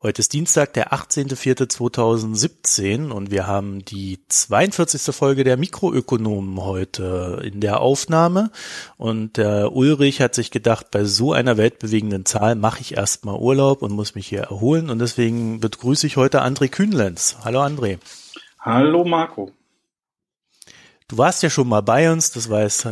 Heute ist Dienstag, der 18.04.2017 und wir haben die 42. Folge der Mikroökonomen heute in der Aufnahme und der Ulrich hat sich gedacht, bei so einer weltbewegenden Zahl mache ich erstmal Urlaub und muss mich hier erholen und deswegen begrüße ich heute André Kühnlenz. Hallo André. Hallo Marco. Du warst ja schon mal bei uns, das heißt,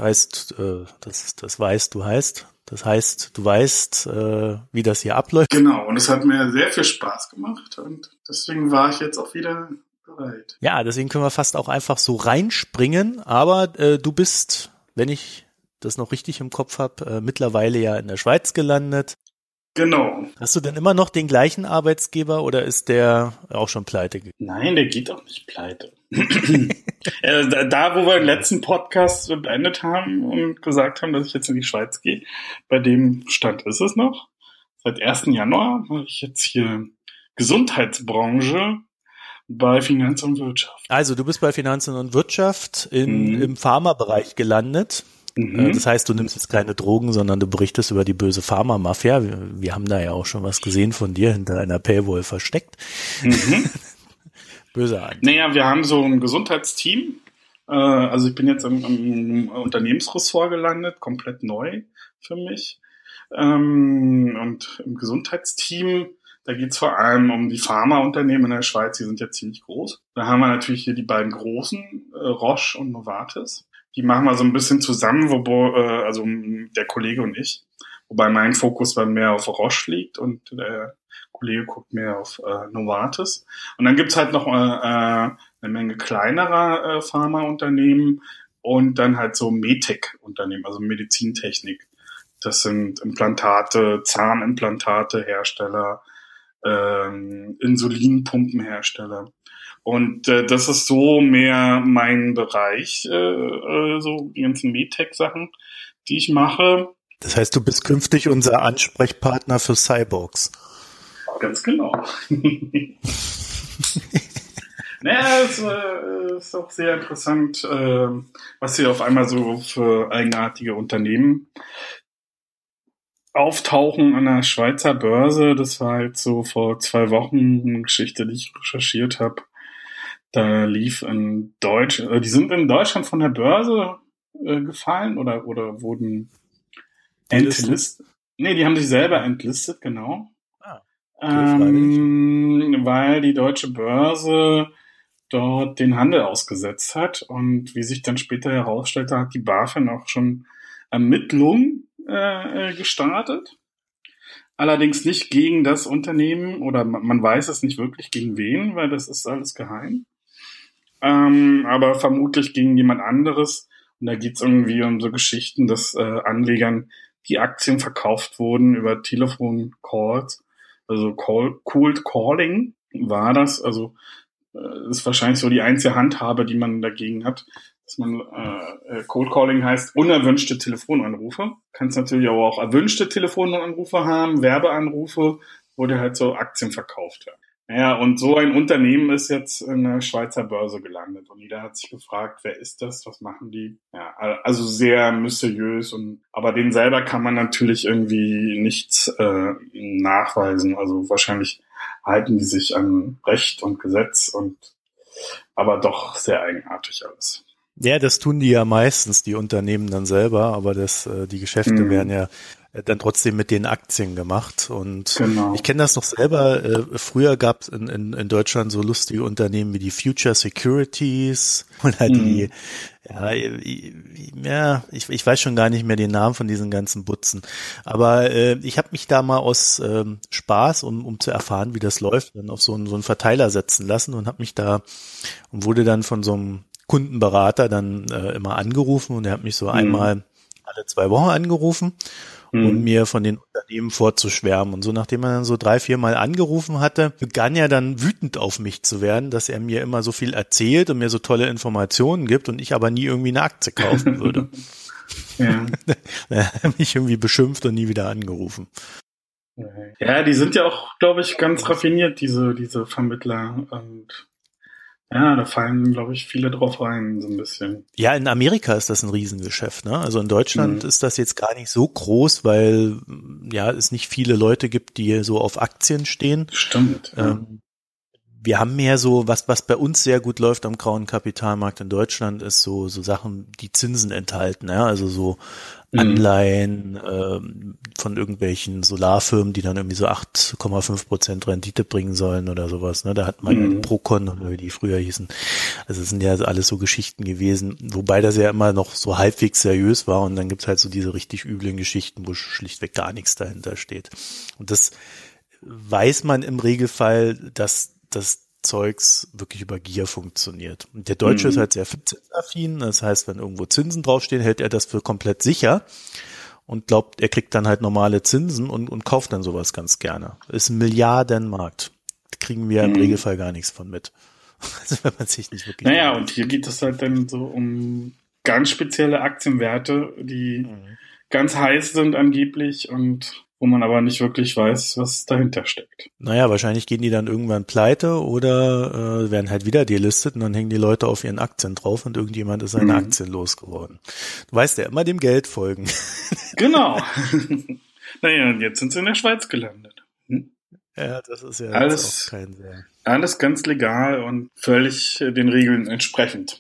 du weißt, wie das hier abläuft. Genau, und es hat mir sehr viel Spaß gemacht und deswegen war ich jetzt auch wieder bereit. Ja, deswegen können wir fast auch einfach so reinspringen, aber du bist, wenn ich das noch richtig im Kopf habe, mittlerweile ja in der Schweiz gelandet. Genau. Hast du denn immer noch den gleichen Arbeitsgeber oder ist der auch schon pleite gegangen? Nein, der geht auch nicht pleite. Da, wo wir den letzten Podcast beendet haben und gesagt haben, dass ich jetzt in die Schweiz gehe, bei dem Stand ist es noch. Seit 1. Januar mache ich jetzt hier Gesundheitsbranche bei Finanz und Wirtschaft. Also du bist bei Finanzen und Wirtschaft im Pharmabereich gelandet. Das heißt, du nimmst jetzt keine Drogen, sondern du berichtest über die böse Pharma-Mafia. Wir haben da ja auch schon was gesehen von dir hinter einer Paywall versteckt. Böse Hand. Naja, wir haben so ein Gesundheitsteam. Also ich bin jetzt im Unternehmensressort gelandet, komplett neu für mich. Und im Gesundheitsteam, da geht's vor allem um die Pharmaunternehmen in der Schweiz, die sind ja ziemlich groß. Da haben wir natürlich hier die beiden großen, Roche und Novartis. Die machen wir so ein bisschen zusammen, also der Kollege und ich. Wobei mein Fokus dann mehr auf Roche liegt und der Kollege guckt mehr auf Novartis. Und dann gibt's halt noch eine Menge kleinerer Pharmaunternehmen und dann halt so Medtech-Unternehmen, also Medizintechnik. Das sind Implantate, Zahnimplantate, Hersteller, Insulinpumpenhersteller. Und das ist so mehr mein Bereich, so die ganzen Medtech-Sachen, die ich mache. Das heißt, du bist künftig unser Ansprechpartner für Cyborgs. Ganz genau. Naja, es ist auch sehr interessant, was hier auf einmal so für eigenartige Unternehmen auftauchen an der Schweizer Börse. Das war halt so vor 2 Wochen eine Geschichte, die ich recherchiert habe. Da lief die sind in Deutschland von der Börse gefallen oder wurden entlistet. Nee, die haben sich selber entlistet, genau. Weil die deutsche Börse dort den Handel ausgesetzt hat und wie sich dann später herausstellte, hat die BaFin auch schon Ermittlungen gestartet. Allerdings nicht gegen das Unternehmen oder man weiß es nicht wirklich gegen wen, weil das ist alles geheim. Aber vermutlich gegen jemand anderes. Und da geht's irgendwie um so Geschichten, dass Anlegern die Aktien verkauft wurden über Telefoncalls. Also Cold Calling war das. Also ist wahrscheinlich so die einzige Handhabe, die man dagegen hat. Dass man Cold Calling heißt unerwünschte Telefonanrufe. Kannst natürlich aber auch erwünschte Telefonanrufe haben, Werbeanrufe, wo dir halt so Aktien verkauft werden. Ja, und so ein Unternehmen ist jetzt in der Schweizer Börse gelandet. Und jeder hat sich gefragt, wer ist das, was machen die? Ja, also sehr mysteriös. Aber denen selber kann man natürlich irgendwie nichts nachweisen. Also wahrscheinlich halten die sich an Recht und Gesetz aber doch sehr eigenartig alles. Ja, das tun die ja meistens, die Unternehmen dann selber, aber die Geschäfte werden ja dann trotzdem mit den Aktien gemacht. Und genau. Ich kenne das noch selber. Früher gab es in Deutschland so lustige Unternehmen wie die Future Securities und halt ich weiß schon gar nicht mehr den Namen von diesen ganzen Butzen. Aber ich habe mich da mal aus Spaß, um zu erfahren, wie das läuft, dann auf so einen Verteiler setzen lassen und habe mich da und wurde dann von so einem Kundenberater dann immer angerufen und er hat mich so einmal alle 2 Wochen angerufen, um mir von den Unternehmen vorzuschwärmen. Und so, nachdem er dann so 3-4 Mal angerufen hatte, begann er dann wütend auf mich zu werden, dass er mir immer so viel erzählt und mir so tolle Informationen gibt und ich aber nie irgendwie eine Aktie kaufen würde. Ja. Er hat mich irgendwie beschimpft und nie wieder angerufen. Ja, die sind ja auch, glaube ich, ganz raffiniert, diese Vermittler. Und Ja, da fallen, glaube ich, viele drauf rein, so ein bisschen. Ja, in Amerika ist das ein Riesengeschäft, ne? Also in Deutschland Mhm. ist das jetzt gar nicht so groß, weil ja es nicht viele Leute gibt, die so auf Aktien stehen. Stimmt, ja. Ähm, Wir haben mehr so, was bei uns sehr gut läuft am grauen Kapitalmarkt in Deutschland, ist so Sachen, die Zinsen enthalten, ja, also so Mhm. Anleihen von irgendwelchen Solarfirmen, die dann irgendwie so 8,5% Rendite bringen sollen oder sowas, ne? Da hat man ja die Mhm. Procon oder wie die früher hießen. Also es sind ja alles so Geschichten gewesen, wobei das ja immer noch so halbwegs seriös war und dann gibt's halt so diese richtig üblen Geschichten, wo schlichtweg gar nichts dahinter steht. Und das weiß man im Regelfall, dass das Zeugs wirklich über Gier funktioniert. Und der Deutsche ist Mhm. halt sehr zinsaffin. Das heißt, wenn irgendwo Zinsen draufstehen, hält er das für komplett sicher und glaubt, er kriegt dann halt normale Zinsen und kauft dann sowas ganz gerne. Ist ein Milliardenmarkt. Da kriegen wir im Mhm. Regelfall gar nichts von mit. Also wenn man sich nicht wirklich Naja, drum und liest. hier geht es halt dann so um ganz spezielle Aktienwerte, die Mhm. ganz heiß sind angeblich und wo man aber nicht wirklich weiß, was dahinter steckt. Naja, wahrscheinlich gehen die dann irgendwann pleite oder werden halt wieder delistet und dann hängen die Leute auf ihren Aktien drauf und irgendjemand ist seine Mhm. Aktien losgeworden. Du weißt ja, immer dem Geld folgen. Genau. Naja, und jetzt sind sie in der Schweiz gelandet. Hm? Ja, das ist ja jetzt auch Alles, kein sehr. alles ganz legal und völlig den Regeln entsprechend.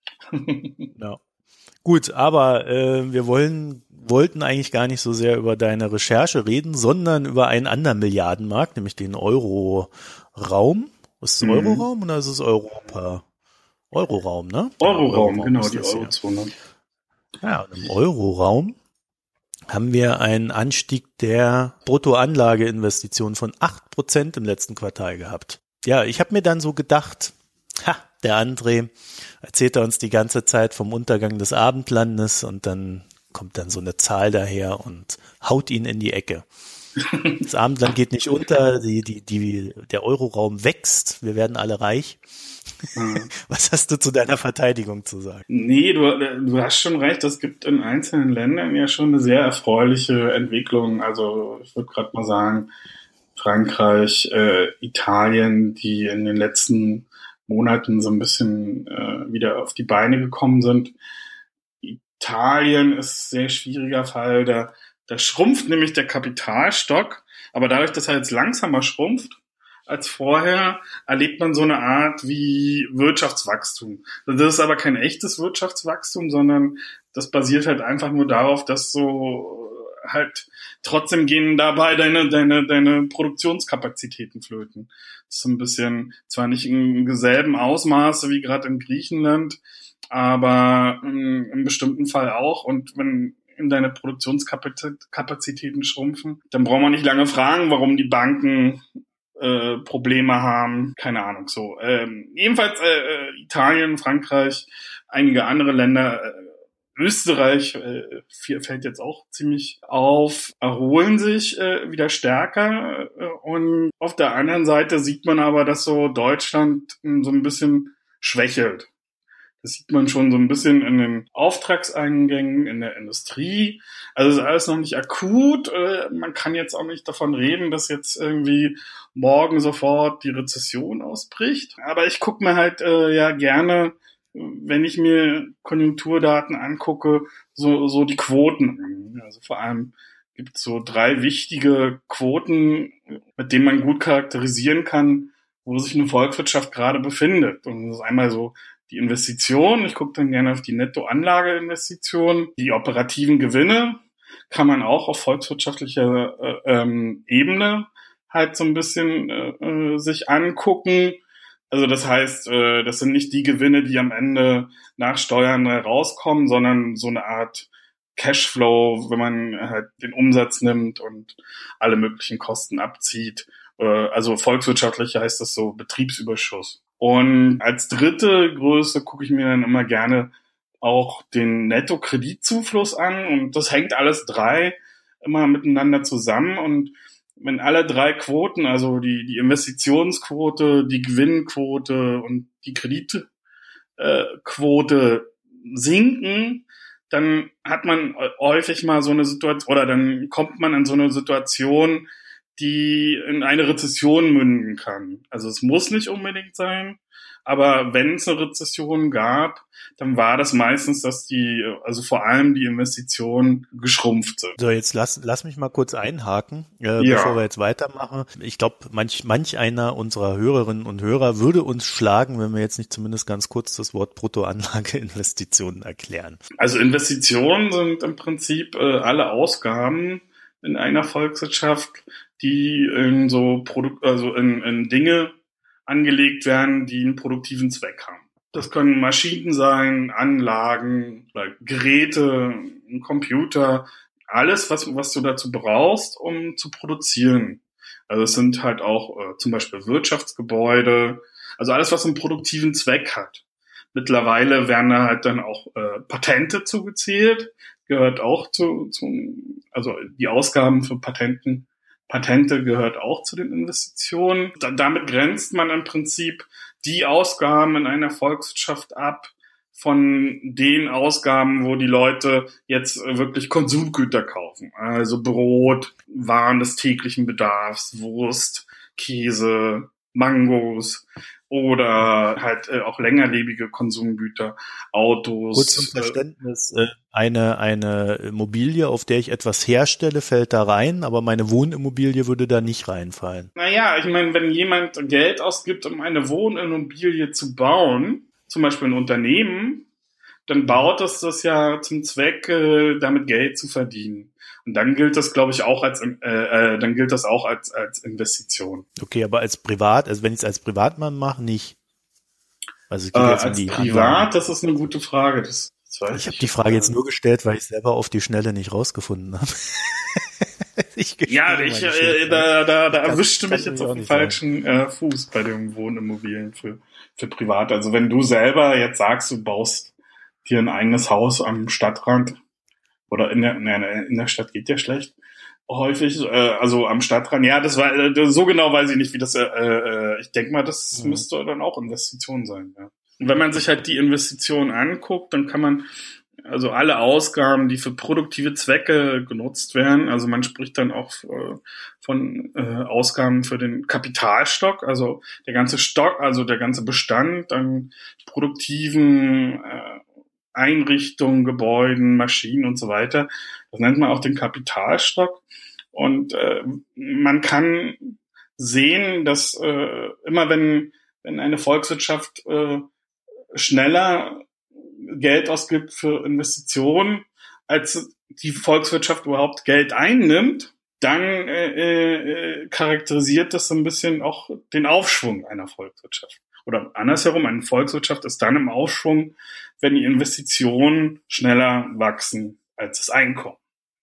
Ja. Gut, aber wir wollten eigentlich gar nicht so sehr über deine Recherche reden, sondern über einen anderen Milliardenmarkt, nämlich den Euro-Raum. Ist es Mhm. Euroraum oder ist es Europa? Euroraum, ne? Ja, Euroraum, Euroraum genau, ist die das hier. Eurozone. Ja, und im Euroraum haben wir einen Anstieg der Bruttoanlageinvestitionen von 8% im letzten Quartal gehabt. Ja, ich habe mir dann so gedacht, der André erzählt er uns die ganze Zeit vom Untergang des Abendlandes und dann kommt dann so eine Zahl daher und haut ihn in die Ecke. Das Abendland geht nicht unter, der Euroraum wächst, wir werden alle reich. Ja. Was hast du zu deiner Verteidigung zu sagen? Nee, du hast schon recht, es gibt in einzelnen Ländern ja schon eine sehr erfreuliche Entwicklung. Also ich würde gerade mal sagen, Frankreich, Italien, die in den letzten Monaten so ein bisschen wieder auf die Beine gekommen sind. Italien ist ein sehr schwieriger Fall. Da schrumpft nämlich der Kapitalstock, aber dadurch, dass er jetzt langsamer schrumpft als vorher, erlebt man so eine Art wie Wirtschaftswachstum. Das ist aber kein echtes Wirtschaftswachstum, sondern das basiert halt einfach nur darauf, dass so halt trotzdem gehen dabei deine Produktionskapazitäten flöten. Das ist so ein bisschen, zwar nicht im selben Ausmaße wie gerade in Griechenland, aber im bestimmten Fall auch. Und wenn in deine Produktionskapazitäten schrumpfen, dann braucht man nicht lange fragen, warum die Banken Probleme haben. Keine Ahnung, so. Jedenfalls Italien, Frankreich, einige andere Länder, Österreich fällt jetzt auch ziemlich auf, erholen sich wieder stärker. Und auf der anderen Seite sieht man aber, dass so Deutschland so ein bisschen schwächelt. Das sieht man schon so ein bisschen in den Auftragseingängen in der Industrie. Also es ist alles noch nicht akut. Man kann jetzt auch nicht davon reden, dass jetzt irgendwie morgen sofort die Rezession ausbricht. Aber ich gucke mir halt ja gerne, wenn ich mir Konjunkturdaten angucke, so die Quoten an. Also vor allem gibt es so 3 wichtige Quoten, mit denen man gut charakterisieren kann, wo sich eine Volkswirtschaft gerade befindet. Und das ist einmal so die Investition. Ich gucke dann gerne auf die Nettoanlageinvestition. Die operativen Gewinne kann man auch auf volkswirtschaftlicher Ebene halt so ein bisschen sich angucken. Also das heißt, das sind nicht die Gewinne, die am Ende nach Steuern rauskommen, sondern so eine Art Cashflow, wenn man halt den Umsatz nimmt und alle möglichen Kosten abzieht. Also volkswirtschaftlich heißt das so Betriebsüberschuss. Und als dritte Größe gucke ich mir dann immer gerne auch den Netto-Kreditzufluss an und das hängt alles 3 immer miteinander zusammen und wenn alle 3 Quoten, also die Investitionsquote, die Gewinnquote und die Kreditquote sinken, dann hat man häufig mal so eine Situation oder dann kommt man in so eine Situation, die in eine Rezession münden kann. Also es muss nicht unbedingt sein, aber wenn es eine Rezession gab, dann war das meistens, dass also vor allem die Investitionen geschrumpft sind. So, jetzt lass mich mal kurz einhaken, Ja. bevor wir jetzt weitermachen. Ich glaube, manch einer unserer Hörerinnen und Hörer würde uns schlagen, wenn wir jetzt nicht zumindest ganz kurz das Wort Bruttoanlageinvestitionen erklären. Also Investitionen sind im Prinzip alle Ausgaben in einer Volkswirtschaft, die in in Dinge angelegt werden, die einen produktiven Zweck haben. Das können Maschinen sein, Anlagen, Geräte, ein Computer, alles, was du dazu brauchst, um zu produzieren. Also es sind halt auch zum Beispiel Wirtschaftsgebäude, also alles, was einen produktiven Zweck hat. Mittlerweile werden da halt dann auch Patente zugezählt, gehört auch also die Ausgaben für Patente gehört auch zu den Investitionen. Damit grenzt man im Prinzip die Ausgaben in einer Volkswirtschaft ab von den Ausgaben, wo die Leute jetzt wirklich Konsumgüter kaufen. Also Brot, Waren des täglichen Bedarfs, Wurst, Käse, Mangos oder halt auch längerlebige Konsumgüter, Autos. Kurz zum Verständnis, eine Immobilie, auf der ich etwas herstelle, fällt da rein, aber meine Wohnimmobilie würde da nicht reinfallen. Naja, ich meine, wenn jemand Geld ausgibt, um eine Wohnimmobilie zu bauen, zum Beispiel ein Unternehmen, dann baut es das ja zum Zweck, damit Geld zu verdienen. Und dann gilt das, glaube ich, auch als Investition. Okay, aber als wenn ich es als Privatmann mache, nicht. Also es geht jetzt als Privat, das ist eine gute Frage. Ich habe die Frage jetzt nur gestellt, weil ich selber auf die Schnelle nicht rausgefunden habe. Da erwischte mich jetzt auf den falschen Fuß bei den Wohnimmobilien für Private. Also wenn du selber jetzt sagst, du baust dir ein eigenes Haus am Stadtrand oder in der Stadt geht ja schlecht, häufig, also am Stadtrand, ja, so genau weiß ich nicht, wie das, ich denke mal, das müsste dann auch Investition sein, ja. Und wenn man sich halt die Investitionen anguckt, dann kann man also alle Ausgaben, die für produktive Zwecke genutzt werden, also man spricht dann auch von Ausgaben für den Kapitalstock, also der ganze Stock, also der ganze Bestand an produktiven Einrichtungen, Gebäuden, Maschinen und so weiter. Das nennt man auch den Kapitalstock. Und man kann sehen, dass immer wenn eine Volkswirtschaft schneller Geld ausgibt für Investitionen, als die Volkswirtschaft überhaupt Geld einnimmt, dann charakterisiert das so ein bisschen auch den Aufschwung einer Volkswirtschaft. Oder andersherum, eine Volkswirtschaft ist dann im Aufschwung, wenn die Investitionen schneller wachsen als das Einkommen.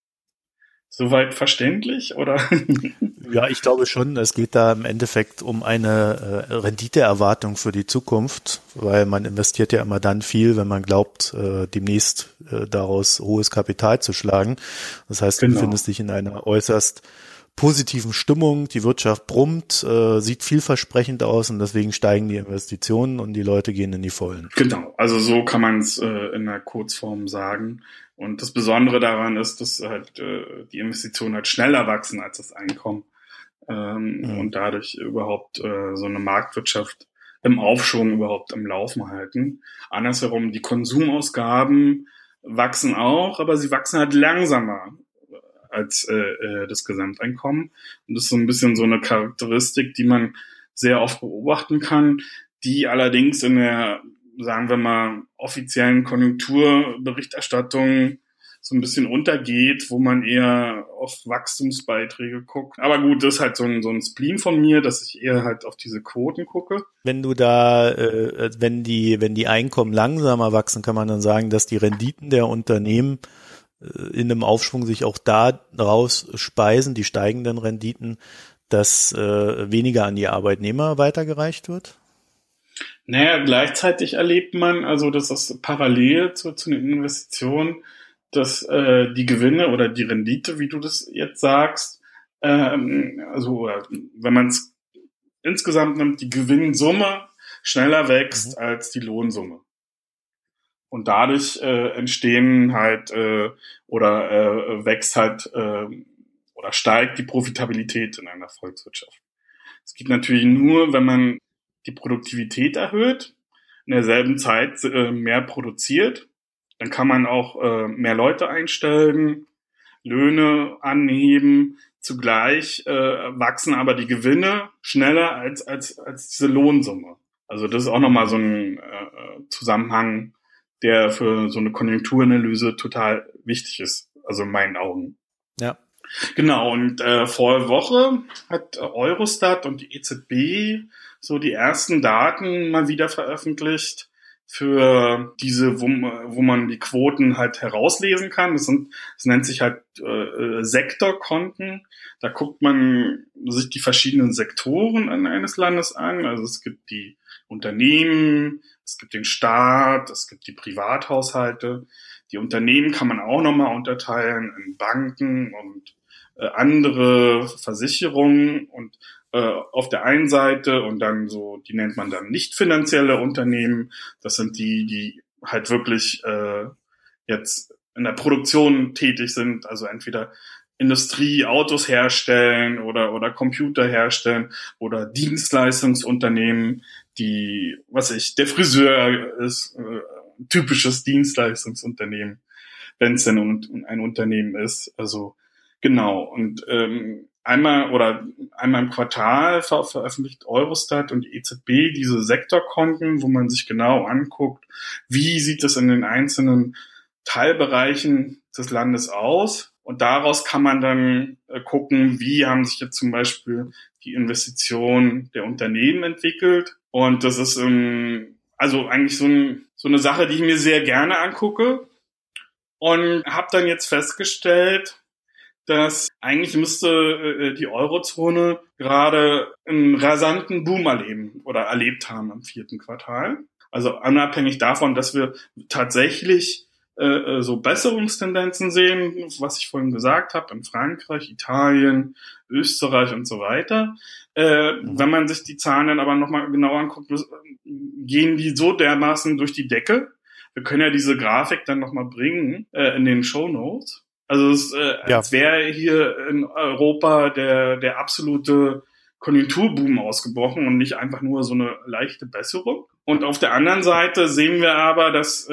Soweit verständlich, oder? Ja, ich glaube schon, es geht da im Endeffekt um eine Renditeerwartung für die Zukunft, weil man investiert ja immer dann viel, wenn man glaubt, demnächst daraus hohes Kapital zu schlagen. Das heißt, du befindest dich in einer äußerst positiven Stimmung, die Wirtschaft brummt, sieht vielversprechend aus und deswegen steigen die Investitionen und die Leute gehen in die Vollen. Genau, also so kann man es in der Kurzform sagen. Und das Besondere daran ist, dass halt die Investitionen halt schneller wachsen als das Einkommen und dadurch überhaupt so eine Marktwirtschaft im Aufschwung überhaupt am Laufen halten. Andersherum, die Konsumausgaben wachsen auch, aber sie wachsen halt langsamer als das Gesamteinkommen. Und das ist so ein bisschen so eine Charakteristik, die man sehr oft beobachten kann, die allerdings in der, sagen wir mal, offiziellen Konjunkturberichterstattung so ein bisschen untergeht, wo man eher auf Wachstumsbeiträge guckt. Aber gut, das ist halt so ein Spleen von mir, dass ich eher halt auf diese Quoten gucke. Wenn du da, wenn die Einkommen langsamer wachsen, kann man dann sagen, dass die Renditen der Unternehmen in einem Aufschwung sich auch da rausspeisen, die steigenden Renditen, dass weniger an die Arbeitnehmer weitergereicht wird? Naja, gleichzeitig erlebt man, also das ist parallel zu den Investitionen, dass die Gewinne oder die Rendite, wie du das jetzt sagst, also wenn man es insgesamt nimmt, die Gewinnsumme schneller wächst als die Lohnsumme. Und dadurch entstehen halt wächst halt oder steigt die Profitabilität in einer Volkswirtschaft. Es geht natürlich nur, wenn man die Produktivität erhöht, in derselben Zeit mehr produziert, dann kann man auch mehr Leute einstellen, Löhne anheben. Zugleich wachsen aber die Gewinne schneller als diese Lohnsumme. Also das ist auch nochmal so ein Zusammenhang, der für so eine Konjunkturanalyse total wichtig ist, also in meinen Augen. Ja. Genau, und vor Woche hat Eurostat und die EZB so die ersten Daten mal wieder veröffentlicht für diese, wo man die Quoten halt herauslesen kann. Das nennt sich halt Sektorkonten. Da guckt man sich die verschiedenen Sektoren eines Landes an. Also es gibt die Unternehmen, es gibt den Staat, es gibt die Privathaushalte. Die Unternehmen kann man auch nochmal unterteilen in Banken und andere Versicherungen und auf der einen Seite und dann so, die nennt man dann nicht finanzielle Unternehmen. Das sind die halt wirklich jetzt in der Produktion tätig sind, also entweder Industrie, Autos herstellen oder Computer herstellen oder Dienstleistungsunternehmen, der Friseur ist typisches Dienstleistungsunternehmen, wenn es denn ein Unternehmen ist. Also genau. Und einmal im Quartal veröffentlicht Eurostat und die EZB diese Sektorkonten, wo man sich genau anguckt, wie sieht es in den einzelnen Teilbereichen des Landes aus. Und daraus kann man dann gucken, wie haben sich jetzt zum Beispiel die Investitionen der Unternehmen entwickelt. Und das ist also eigentlich so eine Sache, die ich mir sehr gerne angucke. Und habe dann jetzt festgestellt, dass eigentlich müsste die Eurozone gerade einen rasanten Boom erlebt haben im 4. Quartal. Also unabhängig davon, dass wir tatsächlich so Besserungstendenzen sehen, was ich vorhin gesagt habe, in Frankreich, Italien, Österreich und so weiter. Wenn man sich die Zahlen dann aber nochmal genauer anguckt, gehen die so dermaßen durch die Decke. Wir können ja diese Grafik dann nochmal bringen in den Shownotes. Also es als wäre hier in Europa der absolute Konjunkturboom ausgebrochen und nicht einfach nur so eine leichte Besserung. Und auf der anderen Seite sehen wir aber, dass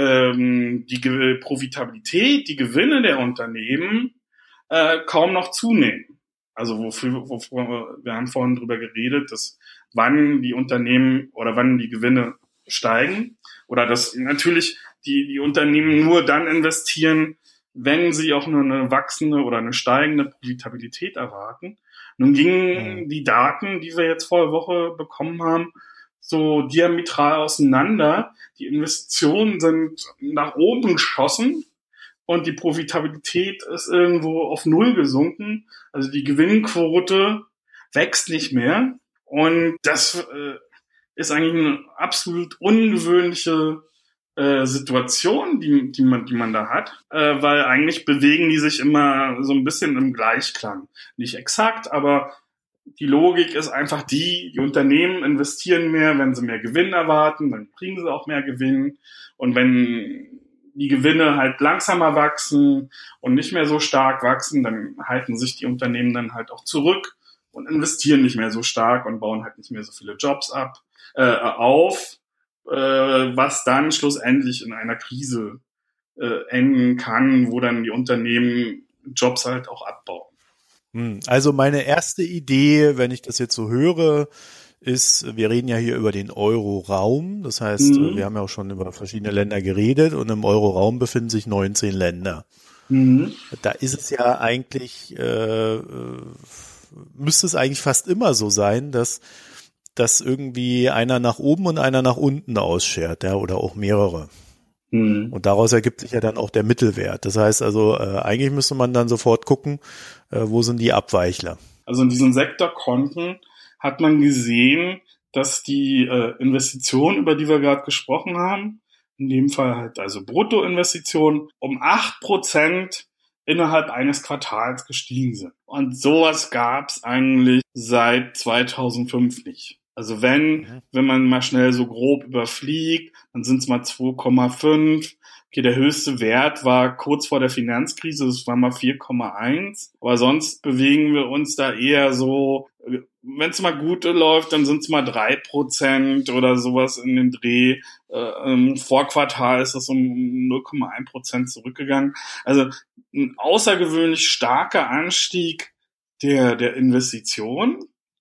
die Profitabilität, die Gewinne der Unternehmen kaum noch zunehmen. Also wir haben vorhin drüber geredet, dass wann die Unternehmen oder wann die Gewinne steigen oder dass natürlich die Unternehmen nur dann investieren, wenn sie auch nur eine wachsende oder eine steigende Profitabilität erwarten. Nun gingen die Daten, die wir jetzt vor der Woche bekommen haben, so diametral auseinander. Die Investitionen sind nach oben geschossen und die Profitabilität ist irgendwo auf Null gesunken. Also die Gewinnquote wächst nicht mehr. Und das ist eigentlich eine absolut ungewöhnliche Situation, die man da hat, weil eigentlich bewegen die sich immer so ein bisschen im Gleichklang. Nicht exakt, aber die Logik ist einfach die Unternehmen investieren mehr, wenn sie mehr Gewinn erwarten, dann kriegen sie auch mehr Gewinn. Und wenn die Gewinne halt langsamer wachsen und nicht mehr so stark wachsen, dann halten sich die Unternehmen dann halt auch zurück und investieren nicht mehr so stark und bauen halt nicht mehr so viele Jobs auf, was dann schlussendlich in einer Krise enden kann, wo dann die Unternehmen Jobs halt auch abbauen. Also meine erste Idee, wenn ich das jetzt so höre, ist, wir reden ja hier über den Euro-Raum. Das heißt, wir haben ja auch schon über verschiedene Länder geredet und im Euro-Raum befinden sich 19 Länder. Da ist es ja eigentlich, müsste es eigentlich fast immer so sein, dass irgendwie einer nach oben und einer nach unten ausschert, ja, oder auch mehrere. Und daraus ergibt sich ja dann auch der Mittelwert. Das heißt also, eigentlich müsste man dann sofort gucken, wo sind die Abweichler. Also in diesen Sektorkonten hat man gesehen, dass die Investitionen, über die wir gerade gesprochen haben, in dem Fall halt also Bruttoinvestitionen, um 8% innerhalb eines Quartals gestiegen sind. Und sowas gab es eigentlich seit 2005 nicht. Also wenn man mal schnell so grob überfliegt, dann sind es mal 2,5. Okay, der höchste Wert war kurz vor der Finanzkrise, das war mal 4,1. Aber sonst bewegen wir uns da eher so, wenn es mal gut läuft, dann sind es mal 3% oder sowas in den Dreh. Im Vorquartal ist das um 0,1% zurückgegangen. Also ein außergewöhnlich starker Anstieg der Investition.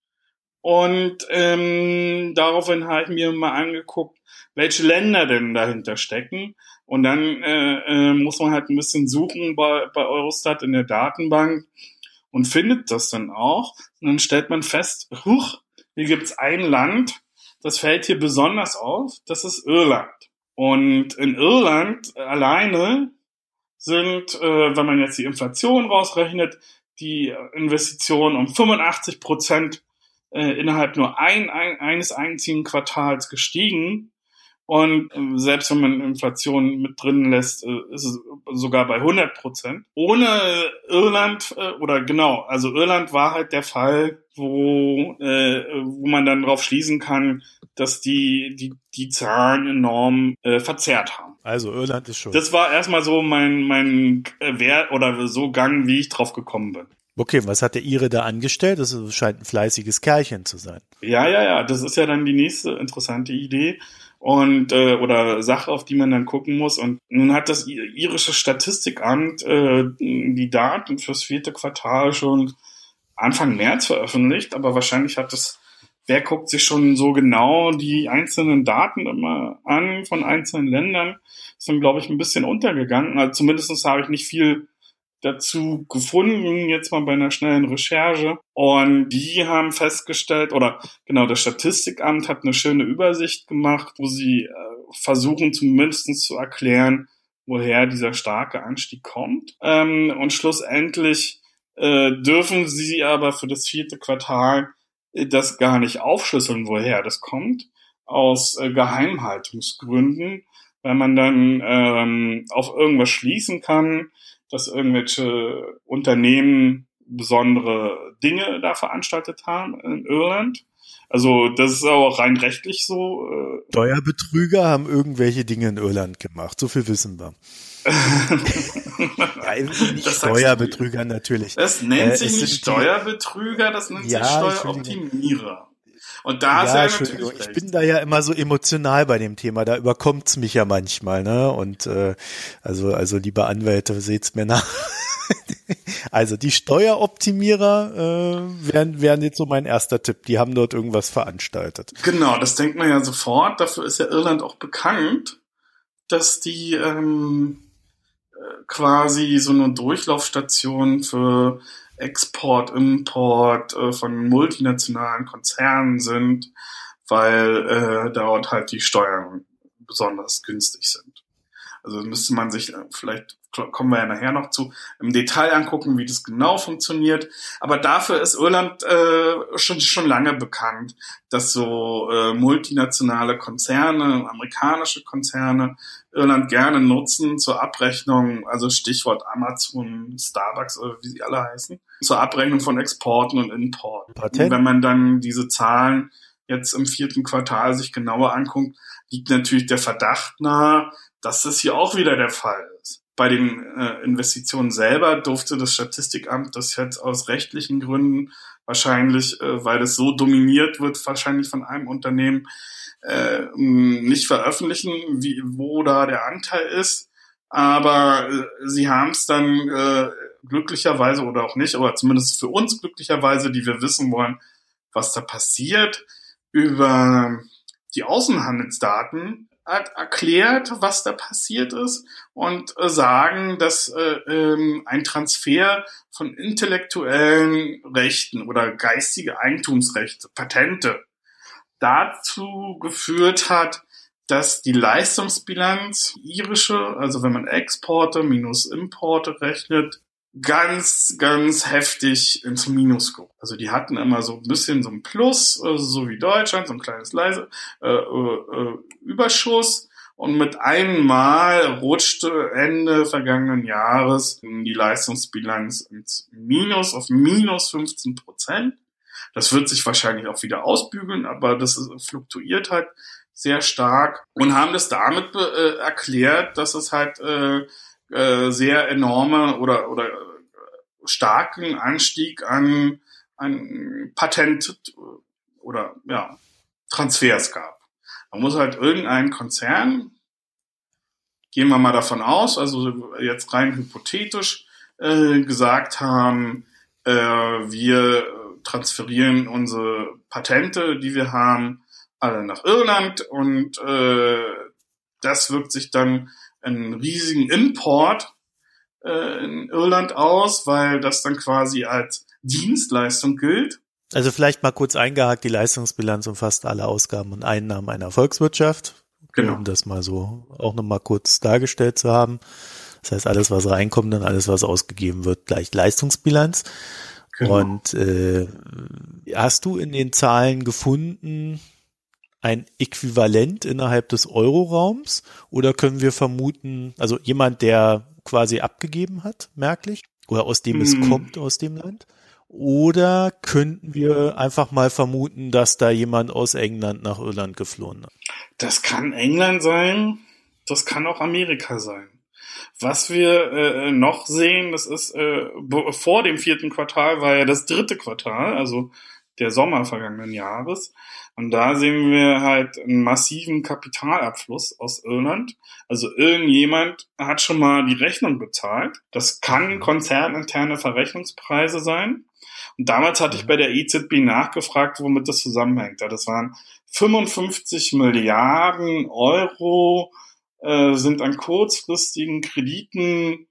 Und daraufhin habe ich mir mal angeguckt, welche Länder denn dahinter stecken. Und dann muss man halt ein bisschen suchen bei Eurostat in der Datenbank und findet das dann auch. Und dann stellt man fest, hier gibt's ein Land, das fällt hier besonders auf, das ist Irland. Und in Irland alleine sind, wenn man jetzt die Inflation rausrechnet, die Investitionen um 85% innerhalb nur eines einzigen Quartals gestiegen. Und selbst wenn man Inflation mit drin lässt, ist es sogar bei 100%. Ohne Irland, also Irland war halt der Fall, wo man dann drauf schließen kann, dass die Zahlen enorm verzerrt haben. Also Irland ist schuld. Das war erstmal so mein Wert oder so Gang, wie ich drauf gekommen bin. Okay, was hat der Ire da angestellt? Das scheint ein fleißiges Kerlchen zu sein. Ja, das ist ja dann die nächste interessante Idee und oder Sache, auf die man dann gucken muss. Und nun hat das irische Statistikamt die Daten fürs 4. Quartal schon Anfang März veröffentlicht, aber wahrscheinlich wer guckt sich schon so genau die einzelnen Daten immer an von einzelnen Ländern? Ist dann, glaube ich, ein bisschen untergegangen. Also zumindest habe ich nicht viel dazu gefunden, jetzt mal bei einer schnellen Recherche. Und die haben festgestellt, das Statistikamt hat eine schöne Übersicht gemacht, wo sie versuchen zumindest zu erklären, woher dieser starke Anstieg kommt. Und schlussendlich dürfen sie aber für das 4. Quartal das gar nicht aufschlüsseln, woher das kommt, aus Geheimhaltungsgründen, weil man dann auf irgendwas schließen kann, dass irgendwelche Unternehmen besondere Dinge da veranstaltet haben in Irland. Also das ist auch rein rechtlich so. Steuerbetrüger haben irgendwelche Dinge in Irland gemacht, so viel wissen wir. Ja, nicht Steuerbetrüger natürlich. Das nennt sich nicht Steuerbetrüger, das nennt sich Steueroptimierer. Und da hast du ja natürlich recht. Ich bin da ja immer so emotional bei dem Thema, da überkommt's mich ja manchmal, ne? Und also liebe Anwälte, seht's mir nach. Also die Steueroptimierer wären jetzt so mein erster Tipp. Die haben dort irgendwas veranstaltet. Genau, das denkt man ja sofort. Dafür ist ja Irland auch bekannt, dass die quasi so eine Durchlaufstation für Export, Import von multinationalen Konzernen sind, weil dort halt die Steuern besonders günstig sind. Also müsste man sich vielleicht, kommen wir ja nachher noch zu, im Detail angucken, wie das genau funktioniert. Aber dafür ist Irland schon lange bekannt, dass so multinationale Konzerne, amerikanische Konzerne, Irland gerne nutzen zur Abrechnung, also Stichwort Amazon, Starbucks oder wie sie alle heißen, zur Abrechnung von Exporten und Importen. Und wenn man dann diese Zahlen jetzt im 4. Quartal sich genauer anguckt, liegt natürlich der Verdacht nahe, dass das hier auch wieder der Fall ist. Bei den Investitionen selber durfte das Statistikamt das jetzt aus rechtlichen Gründen wahrscheinlich, weil es so dominiert wird, wahrscheinlich von einem Unternehmen, nicht veröffentlichen, wo da der Anteil ist. Aber sie haben es dann glücklicherweise oder auch nicht, aber zumindest für uns glücklicherweise, die wir wissen wollen, was da passiert, über die Außenhandelsdaten erklärt, was da passiert ist und sagen, dass ein Transfer von intellektuellen Rechten oder geistige Eigentumsrechte, Patente, dazu geführt hat, dass die Leistungsbilanz irische, also wenn man Exporte minus Importe rechnet, ganz, ganz heftig ins Minus guckt. Also die hatten immer so ein bisschen so ein Plus, so wie Deutschland, so ein kleines Überschuss. Und mit einem Mal rutschte Ende vergangenen Jahres die Leistungsbilanz ins Minus auf minus 15%. Das wird sich wahrscheinlich auch wieder ausbügeln, aber fluktuiert halt sehr stark und haben das damit erklärt, dass es halt sehr enorme oder starken Anstieg an Patent oder ja Transfers gab. Man muss halt irgendeinen Konzern, gehen wir mal davon aus, also jetzt rein hypothetisch, gesagt haben, wir transferieren unsere Patente, die wir haben, alle nach Irland und das wirkt sich dann einen riesigen Import in Irland aus, weil das dann quasi als Dienstleistung gilt. Also vielleicht mal kurz eingehakt, die Leistungsbilanz umfasst alle Ausgaben und Einnahmen einer Volkswirtschaft, Genau. um das mal so auch nochmal kurz dargestellt zu haben. Das heißt, alles, was reinkommt und alles, was ausgegeben wird, gleich Leistungsbilanz. Genau. Und hast du in den Zahlen gefunden ein Äquivalent innerhalb des Euroraums oder können wir vermuten, also jemand, der quasi abgegeben hat, merklich, oder aus dem es kommt, aus dem Land? Oder könnten wir einfach mal vermuten, dass da jemand aus England nach Irland geflohen hat? Das kann England sein, das kann auch Amerika sein. Was wir noch sehen, das ist vor dem 4. Quartal war ja das 3. Quartal, also der Sommer vergangenen Jahres. Und da sehen wir halt einen massiven Kapitalabfluss aus Irland. Also irgendjemand hat schon mal die Rechnung bezahlt. Das kann konzerninterne Verrechnungspreise sein. Und damals hatte ich bei der EZB nachgefragt, womit das zusammenhängt. Ja, das waren 55 Milliarden Euro sind an kurzfristigen Krediten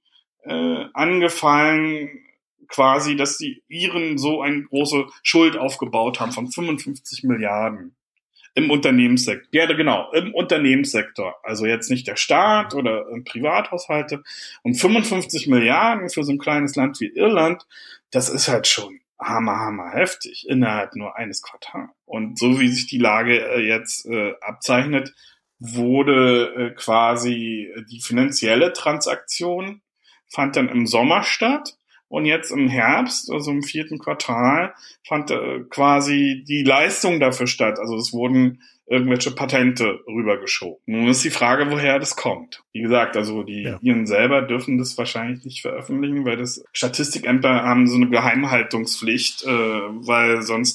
angefallen, quasi, dass die Iren so eine große Schuld aufgebaut haben von 55 Milliarden im Unternehmenssektor. Ja, genau, im Unternehmenssektor. Also jetzt nicht der Staat oder Privathaushalte. Und 55 Milliarden für so ein kleines Land wie Irland, das ist halt schon hammer heftig innerhalb nur eines Quartals. Und so wie sich die Lage jetzt abzeichnet, wurde quasi die finanzielle Transaktion fand dann im Sommer statt und jetzt im Herbst, also im 4. Quartal, fand quasi die Leistung dafür statt. Also es wurden irgendwelche Patente rübergeschoben. Nun ist die Frage, woher das kommt. Wie gesagt, also die Iren selber dürfen das wahrscheinlich nicht veröffentlichen, weil das Statistikämter haben so eine Geheimhaltungspflicht, weil sonst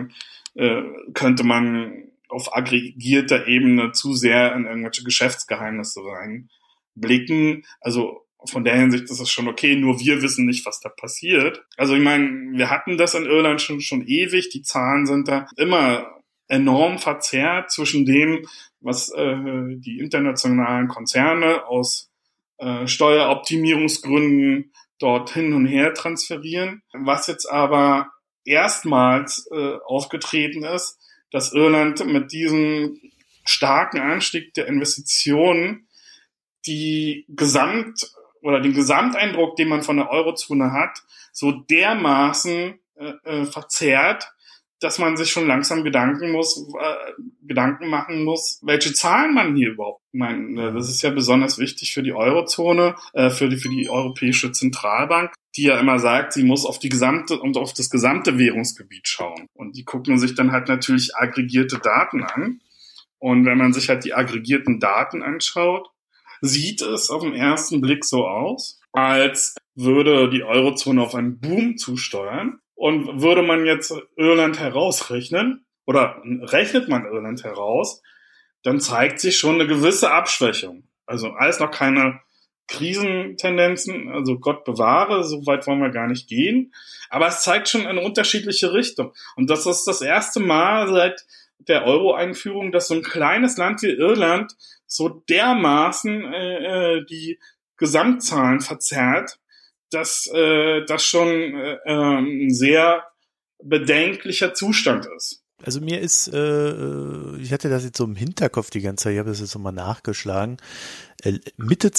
könnte man auf aggregierter Ebene zu sehr in irgendwelche Geschäftsgeheimnisse reinblicken. Also von der Hinsicht ist es schon okay, nur wir wissen nicht, was da passiert. Also ich meine, wir hatten das in Irland schon ewig, die Zahlen sind da immer enorm verzerrt zwischen dem, was die internationalen Konzerne aus Steueroptimierungsgründen dort hin und her transferieren. Was jetzt aber erstmals aufgetreten ist, dass Irland mit diesem starken Anstieg der Investitionen den Gesamteindruck, den man von der Eurozone hat, so dermaßen verzerrt, dass man sich schon langsam Gedanken machen muss, welche Zahlen man hier überhaupt. Ich meine, das ist ja besonders wichtig für die Eurozone, für die Europäische Zentralbank, die ja immer sagt, sie muss auf das gesamte Währungsgebiet schauen. Und die gucken sich dann halt natürlich aggregierte Daten an. Und wenn man sich halt die aggregierten Daten anschaut, sieht es auf den ersten Blick so aus, als würde die Eurozone auf einen Boom zusteuern. Und würde man jetzt Irland herausrechnen, oder rechnet man Irland heraus, dann zeigt sich schon eine gewisse Abschwächung. Also alles noch keine Krisentendenzen, also Gott bewahre, so weit wollen wir gar nicht gehen. Aber es zeigt schon eine unterschiedliche Richtung. Und das ist das erste Mal seit der Euro-Einführung, dass so ein kleines Land wie Irland so dermaßen die Gesamtzahlen verzerrt, dass das schon ein sehr bedenklicher Zustand ist. Also mir ist, ich hatte das jetzt so im Hinterkopf die ganze Zeit, ich habe das jetzt nochmal nachgeschlagen, Mitte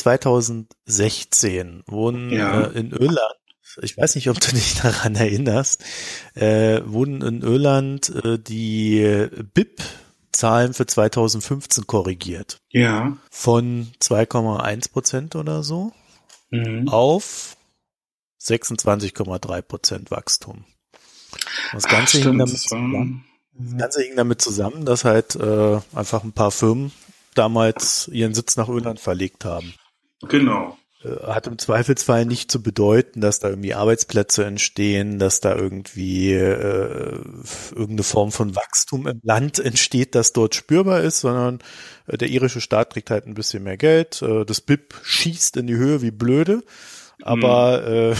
2016 wurden in Irland, ich weiß nicht, ob du dich daran erinnerst, wurden in Irland die BIP-Zahlen für 2015 korrigiert. Ja. Von 2,1% oder so auf 26,3% Wachstum. Das Ganze hing Stimmt, damit das war, zusammen. Das Ganze hing damit zusammen, dass halt einfach ein paar Firmen damals ihren Sitz nach Irland verlegt haben. genau. Hat im Zweifelsfall nicht zu bedeuten, dass da irgendwie Arbeitsplätze entstehen, dass da irgendwie irgendeine Form von Wachstum im Land entsteht, das dort spürbar ist, sondern der irische Staat kriegt halt ein bisschen mehr Geld. Das BIP schießt in die Höhe wie blöde, aber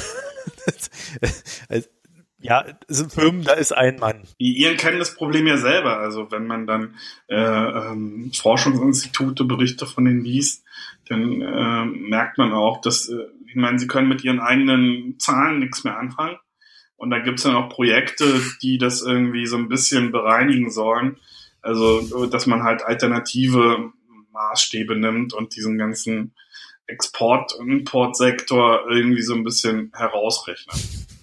ja, es sind Firmen, da ist ein Mann. Die Iren kennen das Problem ja selber. Also wenn man dann Forschungsinstitute, Berichte von denen liest, dann merkt man auch, dass, ich meine, sie können mit ihren eigenen Zahlen nichts mehr anfangen. Und da gibt's dann auch Projekte, die das irgendwie so ein bisschen bereinigen sollen. Also, dass man halt alternative Maßstäbe nimmt und diesen ganzen Export- und Importsektor irgendwie so ein bisschen herausrechnet.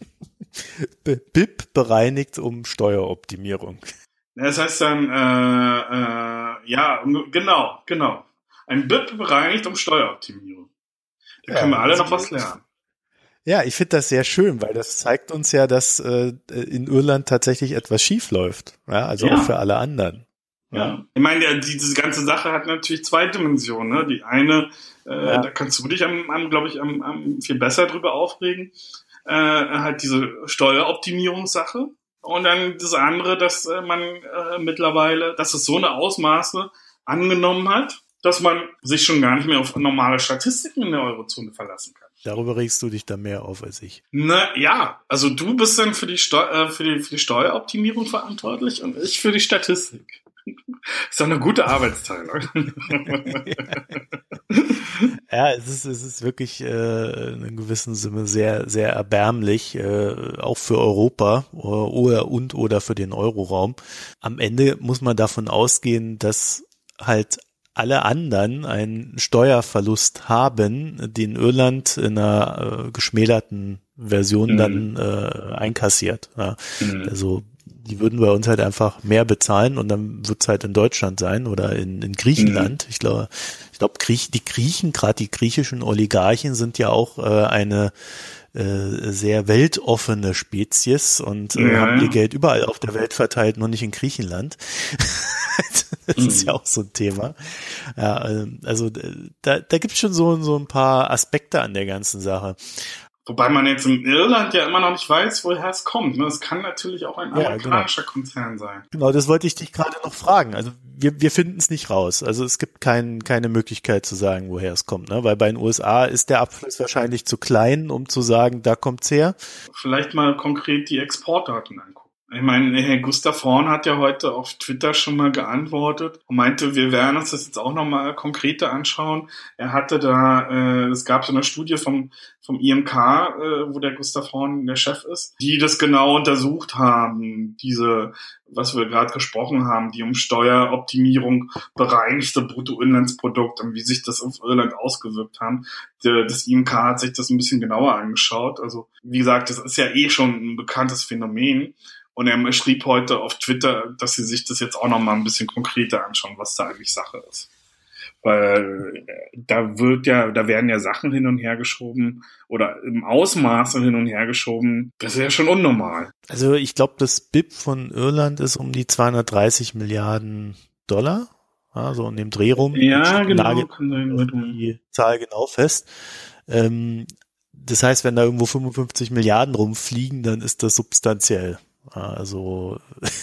BIP bereinigt um Steueroptimierung. Das heißt dann, ja, genau. Ein BIP bereinigt um Steueroptimierung. Da können wir alle noch was lernen. Ja, ich finde das sehr schön, weil das zeigt uns ja, dass in Irland tatsächlich etwas schief läuft. Ja, also auch für alle anderen. Ja. Ich meine, diese ganze Sache hat natürlich zwei Dimensionen. Ne? Die eine, da kannst du dich glaube ich, am viel besser drüber aufregen, halt diese Steueroptimierungssache. Und dann das andere, dass man mittlerweile, dass es so eine Ausmaße angenommen hat, dass man sich schon gar nicht mehr auf normale Statistiken in der Eurozone verlassen kann. Darüber regst du dich da mehr auf als ich. Na ja, also du bist dann für die Steueroptimierung verantwortlich und ich für die Statistik. Ist doch eine gute Arbeitsteilung. Ja, es ist wirklich in einem gewissen Sinne sehr, sehr erbärmlich, auch für Europa oder für den Euroraum. Am Ende muss man davon ausgehen, dass halt alle anderen einen Steuerverlust haben, den Irland in einer geschmälerten Version dann einkassiert. Ja. Also die würden bei uns halt einfach mehr bezahlen und dann wird's halt in Deutschland sein oder in Griechenland. Ich glaube, die Griechen, gerade die griechischen Oligarchen sind ja auch eine sehr weltoffene Spezies und haben ihr Geld überall auf der Welt verteilt, nur nicht in Griechenland. Das ist ja auch so ein Thema. Ja, also da gibt's schon so ein paar Aspekte an der ganzen Sache. Wobei man jetzt in Irland ja immer noch nicht weiß, woher es kommt. Es kann natürlich auch ein amerikanischer Konzern sein. Genau, das wollte ich dich gerade noch fragen. Also wir finden es nicht raus. Also es gibt keine Möglichkeit zu sagen, woher es kommt, ne? Weil bei den USA ist der Abfluss wahrscheinlich zu klein, um zu sagen, da kommt's her. Vielleicht mal konkret die Exportdaten angucken. Ich meine, Herr Gustav Horn hat ja heute auf Twitter schon mal geantwortet und meinte, wir werden uns das jetzt auch nochmal konkreter anschauen. Er hatte da, es gab so eine Studie vom IMK, wo der Gustav Horn der Chef ist, die das genau untersucht haben, diese, was wir gerade gesprochen haben, die um Steueroptimierung bereinigte Bruttoinlandsprodukt und wie sich das auf Irland ausgewirkt haben. Das IMK hat sich das ein bisschen genauer angeschaut. Also, wie gesagt, das ist ja schon ein bekanntes Phänomen. Und er schrieb heute auf Twitter, dass sie sich das jetzt auch noch mal ein bisschen konkreter anschauen, was da eigentlich Sache ist. Weil da werden ja Sachen hin und her geschoben oder im Ausmaß hin und her geschoben. Das ist ja schon unnormal. Also ich glaube, das BIP von Irland ist um die 230 Milliarden $, also in dem Dreh rum. Ja, genau. Kann sein, die Zahl genau fest. Das heißt, wenn da irgendwo 55 Milliarden rumfliegen, dann ist das substanziell. Also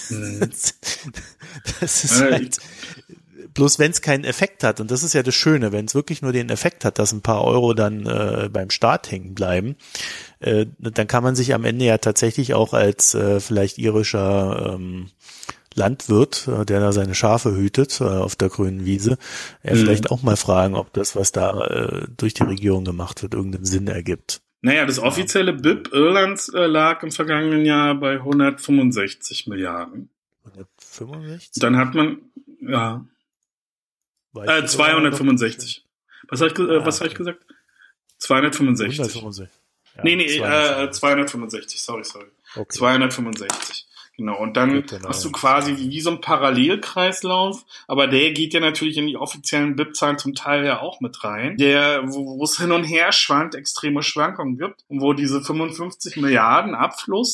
das ist halt, bloß wenn es keinen Effekt hat, und das ist ja das Schöne, wenn es wirklich nur den Effekt hat, dass ein paar Euro dann beim Staat hängen bleiben, dann kann man sich am Ende ja tatsächlich auch als vielleicht irischer Landwirt, der da seine Schafe hütet auf der grünen Wiese, vielleicht auch mal fragen, ob das, was da durch die Regierung gemacht wird, irgendeinen Sinn ergibt. Naja, das offizielle BIP Irlands lag im vergangenen Jahr bei 165 Milliarden. 165? Dann hat man, 265. Was habe ich gesagt? 265. 165. Ja, nee, 265, sorry. Okay. 265. Genau, und dann hast du quasi wie so ein Parallelkreislauf, aber der geht ja natürlich in die offiziellen BIP-Zahlen zum Teil ja auch mit rein, wo es hin und her schwankt, extreme Schwankungen gibt und wo diese 55 Milliarden Abfluss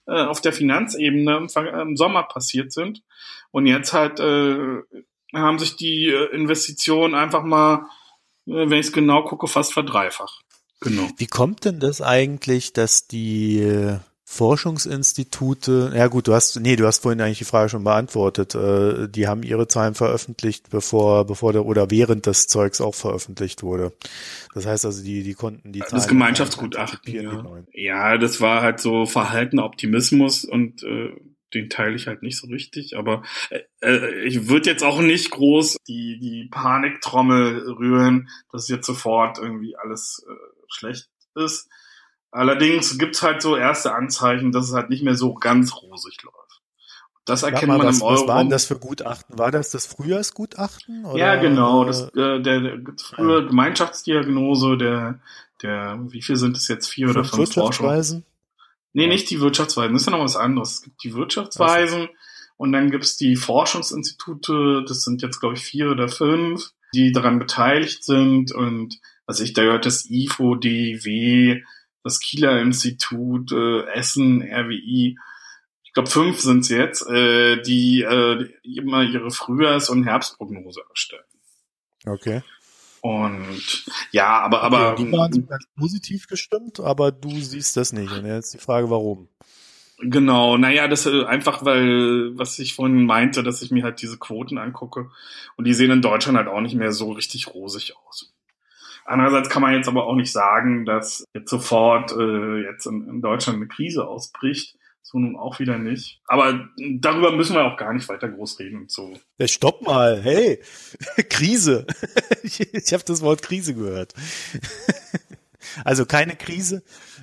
auf der Finanzebene im Sommer passiert sind. Und jetzt halt haben sich die Investitionen einfach mal, wenn ich es genau gucke, fast verdreifacht. Genau. Wie kommt denn das eigentlich, dass die Forschungsinstitute, ja gut, du hast vorhin eigentlich die Frage schon beantwortet, die haben ihre Zahlen veröffentlicht, bevor oder während das Zeugs auch veröffentlicht wurde. Das heißt also, die konnten die Zahlen. Das Gemeinschaftsgutachten, ja, das war halt so verhaltener Optimismus und den teile ich halt nicht so richtig, aber ich würde jetzt auch nicht groß die Paniktrommel rühren, dass jetzt sofort irgendwie alles schlecht ist. Allerdings gibt's halt so erste Anzeichen, dass es halt nicht mehr so ganz rosig läuft. Das erkennt man im Euro. Was waren das für Gutachten? War das Frühjahrsgutachten? Oder? Ja, genau. Das der frühe Gemeinschaftsdiagnose, der wie viel sind es jetzt? 4 oder 5 Wirtschaftsweisen? Nee, nicht die Wirtschaftsweisen. Das ist ja noch was anderes. Es gibt die Wirtschaftsweisen und dann gibt's die Forschungsinstitute. Das sind jetzt, glaube ich, 4 oder 5, die daran beteiligt sind. Und da gehört das IFO, DIW, das Kieler Institut, Essen, RWI. Ich glaube, 5 sind es jetzt, die immer ihre Frühjahrs- und Herbstprognose erstellen. Okay. Und ja, aber die waren so ganz positiv gestimmt, aber du siehst das nicht. Und jetzt die Frage, warum? Genau, naja, das einfach, weil, was ich vorhin meinte, dass ich mir halt diese Quoten angucke und die sehen in Deutschland halt auch nicht mehr so richtig rosig aus. Andererseits kann man jetzt aber auch nicht sagen, dass jetzt sofort jetzt in Deutschland eine Krise ausbricht. So nun auch wieder nicht. Aber darüber müssen wir auch gar nicht weiter groß reden. So. Ja, stopp mal, hey, Krise. Ich habe das Wort Krise gehört. Also keine Krise,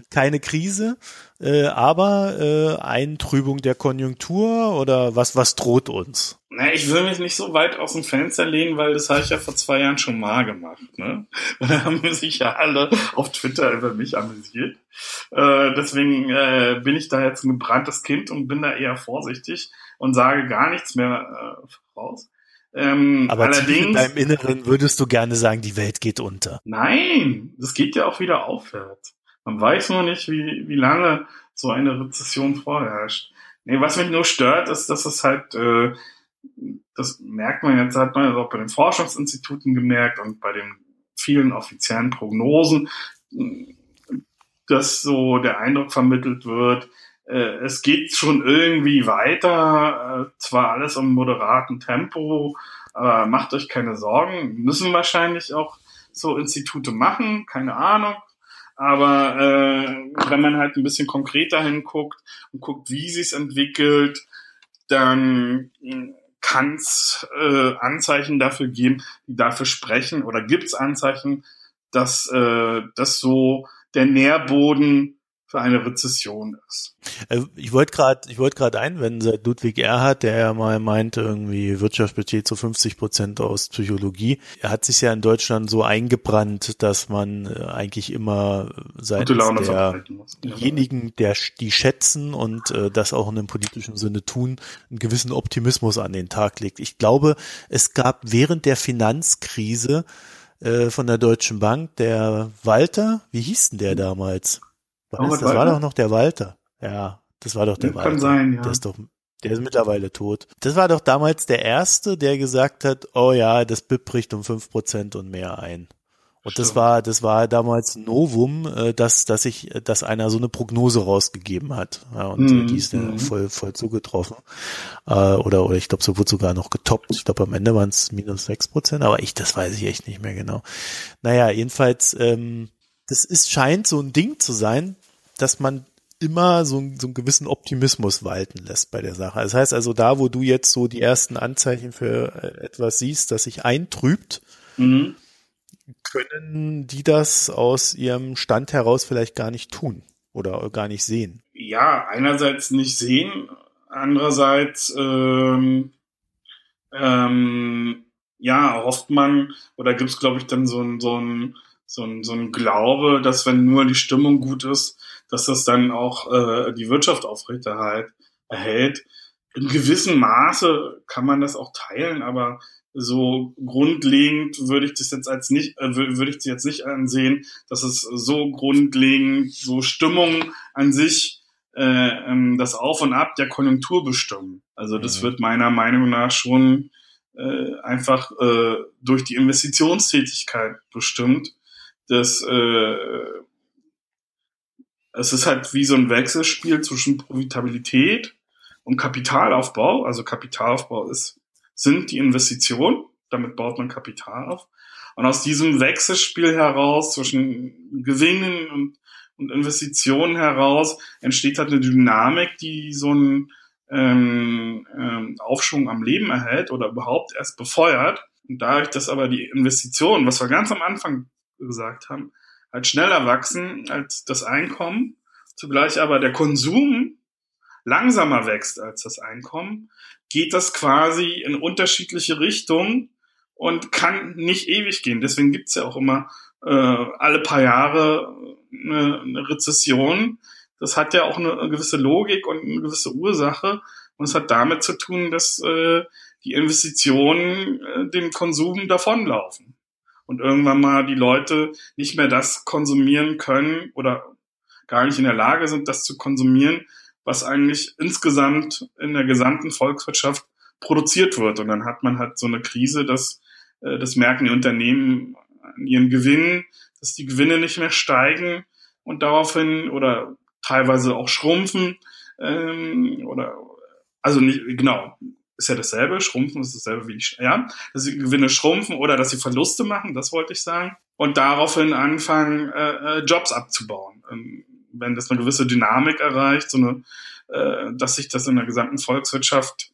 aber Eintrübung der Konjunktur oder was droht uns? Na, ich will mich nicht so weit aus dem Fenster lehnen, weil das habe ich ja vor 2 Jahren schon mal gemacht. Ne? Und da haben sich ja alle auf Twitter über mich amüsiert. Deswegen bin ich da jetzt ein gebranntes Kind und bin da eher vorsichtig und sage gar nichts mehr voraus. Aber allerdings, in deinem Inneren würdest du gerne sagen, die Welt geht unter. Nein, das geht ja auch wieder aufwärts. Man weiß nur nicht, wie lange so eine Rezession vorherrscht. Nee, was mich nur stört, ist, dass es halt, das merkt man jetzt, hat man auch bei den Forschungsinstituten gemerkt und bei den vielen offiziellen Prognosen, dass so der Eindruck vermittelt wird, es geht schon irgendwie weiter, zwar alles im moderaten Tempo, aber macht euch keine Sorgen, müssen wahrscheinlich auch so Institute machen, keine Ahnung. Aber wenn man halt ein bisschen konkreter hinguckt und guckt, wie sie es entwickelt, dann kann es Anzeichen dafür geben, die dafür sprechen, oder gibt es Anzeichen, dass das so der Nährboden für eine Rezession ist. Ich wollte gerade einwenden, seit Ludwig Erhard, der ja mal meinte, irgendwie Wirtschaft besteht zu 50% aus Psychologie. Er hat sich ja in Deutschland so eingebrannt, dass man eigentlich immer seitens derjenigen, die schätzen und das auch in einem politischen Sinne tun, einen gewissen Optimismus an den Tag legt. Ich glaube, es gab während der Finanzkrise von der Deutschen Bank, der Walter, wie hieß denn der damals? Das war doch noch der Walter. Ja, das war doch der Walter. Kann sein, ja. Der ist mittlerweile tot. Das war doch damals der Erste, der gesagt hat, oh ja, das BIP bricht um 5% und mehr ein. Und das war damals ein Novum, dass einer so eine Prognose rausgegeben hat. Ja, und die ist dann voll zugetroffen. Oder ich glaube, so wurde sogar noch getoppt. Ich glaube, am Ende waren es minus 6%, aber das weiß ich echt nicht mehr genau. Naja, jedenfalls, scheint so ein Ding zu sein, dass man immer so einen gewissen Optimismus walten lässt bei der Sache. Das heißt also, da, wo du jetzt so die ersten Anzeichen für etwas siehst, das sich eintrübt, können die das aus ihrem Stand heraus vielleicht gar nicht tun oder gar nicht sehen? Ja, einerseits nicht sehen, andererseits hofft man, oder gibt's, glaube ich, dann so ein Glaube, dass wenn nur die Stimmung gut ist, dass das dann auch die Wirtschaft erhält. In gewissem Maße kann man das auch teilen, aber so grundlegend würde ich das jetzt nicht ansehen, dass es so grundlegend so Stimmung an sich das Auf und Ab der Konjunktur bestimmen. Also das wird meiner Meinung nach schon einfach durch die Investitionstätigkeit bestimmt. Es ist halt wie so ein Wechselspiel zwischen Profitabilität und Kapitalaufbau. Also Kapitalaufbau sind die Investitionen, damit baut man Kapital auf. Und aus diesem Wechselspiel heraus zwischen Gewinnen und Investitionen heraus entsteht halt eine Dynamik, die so einen Aufschwung am Leben erhält oder überhaupt erst befeuert. Und dadurch, dass aber die Investitionen, was wir ganz am Anfang gesagt haben, halt schneller wachsen als das Einkommen, zugleich aber der Konsum langsamer wächst als das Einkommen, geht das quasi in unterschiedliche Richtungen und kann nicht ewig gehen. Deswegen gibt's ja auch immer alle paar Jahre eine Rezession. Das hat ja auch eine gewisse Logik und eine gewisse Ursache. Und es hat damit zu tun, dass die Investitionen dem Konsum davonlaufen. Und irgendwann mal die Leute nicht mehr das konsumieren können oder gar nicht in der Lage sind, das zu konsumieren, was eigentlich insgesamt in der gesamten Volkswirtschaft produziert wird. Und dann hat man halt so eine Krise, dass das merken die Unternehmen an ihren Gewinnen, dass die Gewinne nicht mehr steigen und daraufhin oder teilweise auch schrumpfen oder also nicht genau. Ist ja dasselbe, schrumpfen ist dasselbe wie dass die Gewinne schrumpfen oder dass sie Verluste machen, das wollte ich sagen. Und daraufhin anfangen, Jobs abzubauen. Wenn das eine gewisse Dynamik erreicht, dass sich das in der gesamten Volkswirtschaft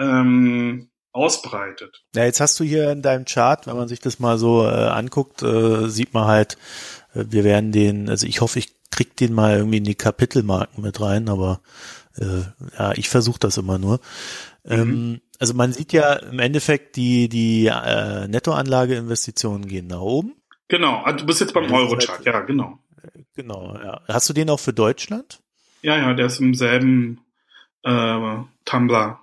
ausbreitet. Ja, jetzt hast du hier in deinem Chart, wenn man sich das mal so anguckt, sieht man halt, wir werden also ich hoffe, ich krieg den mal irgendwie in die Kapitelmarken mit rein, aber ja, ich versuche das immer nur. Also man sieht ja im Endeffekt, die Nettoanlageinvestitionen gehen nach oben. Genau, also du bist jetzt beim Eurochart, ja, genau. Genau, ja. Hast du den auch für Deutschland? Ja, der ist im selben Tumblr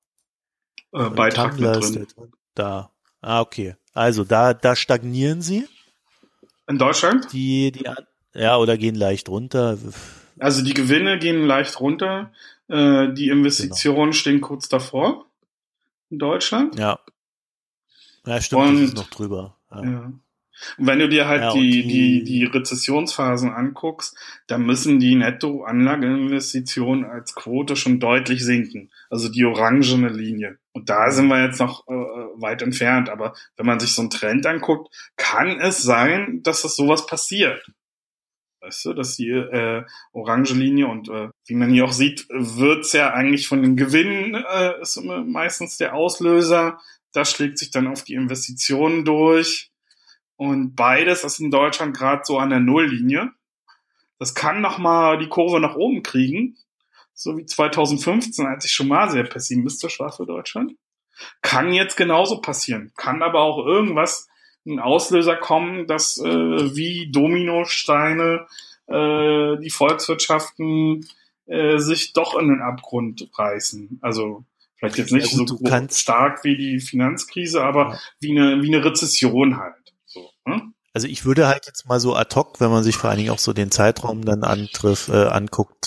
Beitrag Tumblr mit drin. Ist da. Ah, okay. Also da stagnieren sie. In Deutschland? Ja, oder gehen leicht runter. Also die Gewinne gehen leicht runter. Die Investitionen stehen kurz davor. In Deutschland. Ja. Ja, stimmt, das ist noch drüber. Ja. Ja. Und wenn du dir halt die Rezessionsphasen anguckst, dann müssen die Nettoanlageinvestitionen als Quote schon deutlich sinken. Also die orangene Linie. Und da sind wir jetzt noch weit entfernt. Aber wenn man sich so einen Trend anguckt, kann es sein, dass das sowas passiert. Weißt du, dass die orange Linie und wie man hier auch sieht, wird's ja eigentlich von den Gewinnen ist meistens der Auslöser. Das schlägt sich dann auf die Investitionen durch. Und beides ist in Deutschland gerade so an der Nulllinie. Das kann nochmal die Kurve nach oben kriegen. So wie 2015, als ich schon mal sehr pessimistisch war für Deutschland. Kann jetzt genauso passieren. Kann aber auch ein Auslöser kommen, dass wie Dominosteine die Volkswirtschaften sich doch in den Abgrund reißen. Also vielleicht jetzt nicht so stark wie die Finanzkrise, aber wie eine Rezession halt. So, ne? Also ich würde halt jetzt mal so ad hoc, wenn man sich vor allen Dingen auch so den Zeitraum dann anguckt,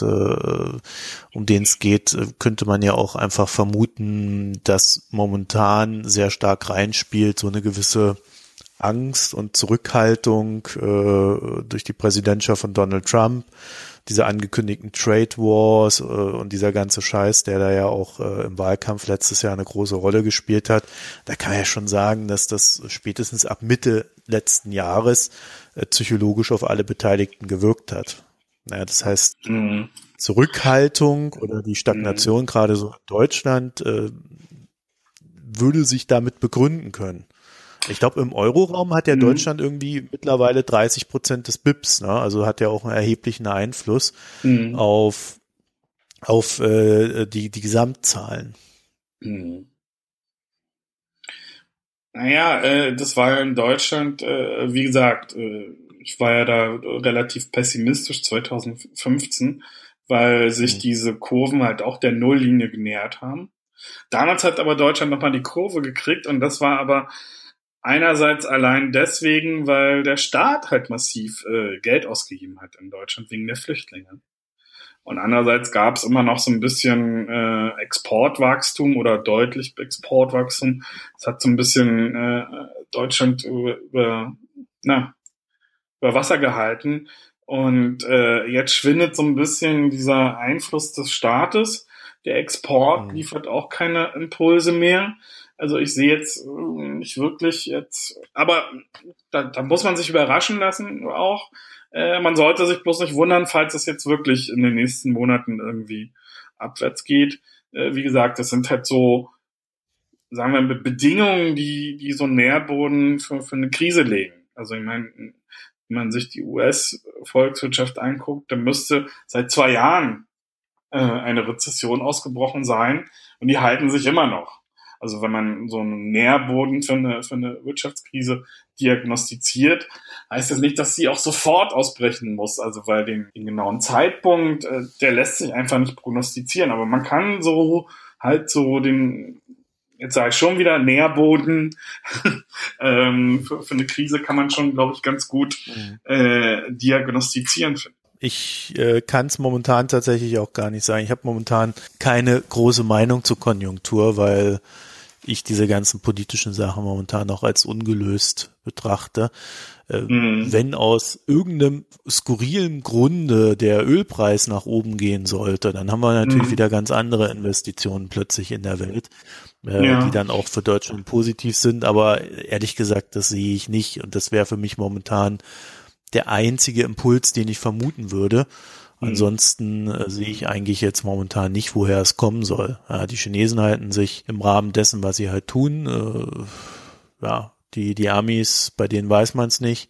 um den es geht, könnte man ja auch einfach vermuten, dass momentan sehr stark reinspielt so eine gewisse Angst und Zurückhaltung durch die Präsidentschaft von Donald Trump, diese angekündigten Trade Wars und dieser ganze Scheiß, der da ja auch im Wahlkampf letztes Jahr eine große Rolle gespielt hat. Da kann man ja schon sagen, dass das spätestens ab Mitte letzten Jahres psychologisch auf alle Beteiligten gewirkt hat. Naja, das heißt, Zurückhaltung oder die Stagnation gerade so in Deutschland würde sich damit begründen können. Ich glaube, im Euroraum hat ja Deutschland irgendwie mittlerweile 30% des BIPs, ne? Also hat ja auch einen erheblichen Einfluss auf die Gesamtzahlen. Naja, das war ja in Deutschland, wie gesagt, ich war ja da relativ pessimistisch 2015, weil sich diese Kurven halt auch der Nulllinie genähert haben. Damals hat aber Deutschland nochmal die Kurve gekriegt und das war aber einerseits allein deswegen, weil der Staat halt massiv Geld ausgegeben hat in Deutschland wegen der Flüchtlinge. Und andererseits gab es immer noch so ein bisschen Exportwachstum oder deutlich Exportwachstum. Es hat so ein bisschen Deutschland über Wasser gehalten. Und jetzt schwindet so ein bisschen dieser Einfluss des Staates. Der Export liefert auch keine Impulse mehr. Also ich sehe jetzt nicht wirklich jetzt, aber da muss man sich überraschen lassen auch. Man sollte sich bloß nicht wundern, falls es jetzt wirklich in den nächsten Monaten irgendwie abwärts geht. Wie gesagt, das sind halt so, sagen wir, Bedingungen, die so einen Nährboden für eine Krise legen. Also ich meine, wenn man sich die US-Volkswirtschaft anguckt, dann müsste seit 2 Jahren eine Rezession ausgebrochen sein und die halten sich immer noch. Also wenn man so einen Nährboden für eine Wirtschaftskrise diagnostiziert, heißt das nicht, dass sie auch sofort ausbrechen muss. Also weil den genauen Zeitpunkt, der lässt sich einfach nicht prognostizieren. Aber man kann so halt so jetzt sage ich schon wieder, Nährboden für eine Krise kann man schon, glaube ich, ganz gut diagnostizieren, finde ich. Ich kann es momentan tatsächlich auch gar nicht sagen. Ich habe momentan keine große Meinung zur Konjunktur, weil ich diese ganzen politischen Sachen momentan noch als ungelöst betrachte. Wenn aus irgendeinem skurrilen Grunde der Ölpreis nach oben gehen sollte, dann haben wir natürlich wieder ganz andere Investitionen plötzlich in der Welt, die dann auch für Deutschland positiv sind. Aber ehrlich gesagt, das sehe ich nicht. Und das wäre für mich momentan der einzige Impuls, den ich vermuten würde. Ansonsten sehe ich eigentlich jetzt momentan nicht, woher es kommen soll. Ja, die Chinesen halten sich im Rahmen dessen, was sie halt tun. Die Amis, bei denen weiß man es nicht.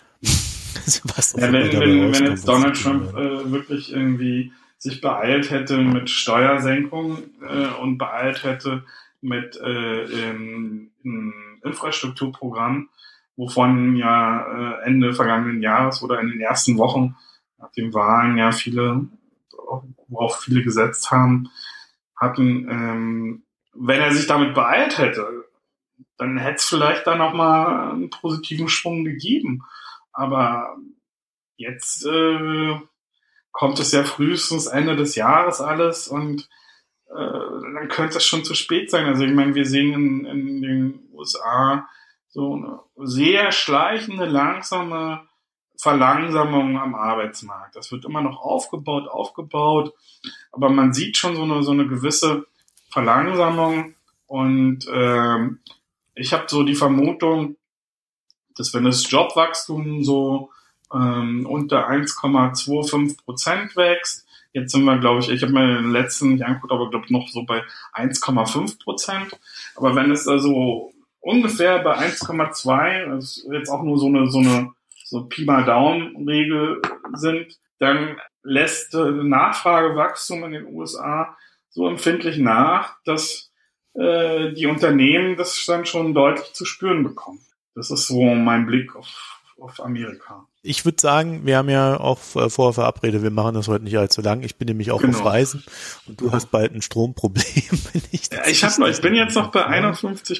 Wenn jetzt Donald Trump wirklich irgendwie sich beeilt hätte mit Steuersenkungen und beeilt hätte mit einem Infrastrukturprogramm, wovon ja Ende vergangenen Jahres oder in den ersten Wochen nach den Wahlen ja worauf viele gesetzt hatten, wenn er sich damit beeilt hätte, dann hätte es vielleicht da nochmal einen positiven Schwung gegeben. Aber jetzt kommt es ja frühestens Ende des Jahres alles und dann könnte es schon zu spät sein. Also ich meine, wir sehen in den USA so eine sehr schleichende, langsame Verlangsamung am Arbeitsmarkt. Das wird immer noch aufgebaut, aber man sieht schon so eine gewisse Verlangsamung und ich habe so die Vermutung, dass wenn das Jobwachstum so unter 1,25% wächst, jetzt sind wir, glaube ich habe mir den letzten nicht angeguckt, aber glaube noch so bei 1,5%, aber wenn es also ungefähr bei 1,2, das ist jetzt auch nur so eine Pi mal Daumen-Regel sind, dann lässt Nachfragewachstum in den USA so empfindlich nach, dass die Unternehmen das dann schon deutlich zu spüren bekommen. Das ist so mein Blick auf Amerika. Ich würde sagen, wir haben ja auch vorher verabredet, wir machen das heute nicht allzu lang. Ich bin nämlich auch auf Reisen und du hast bald ein Stromproblem. Ich bin jetzt noch bei 51%.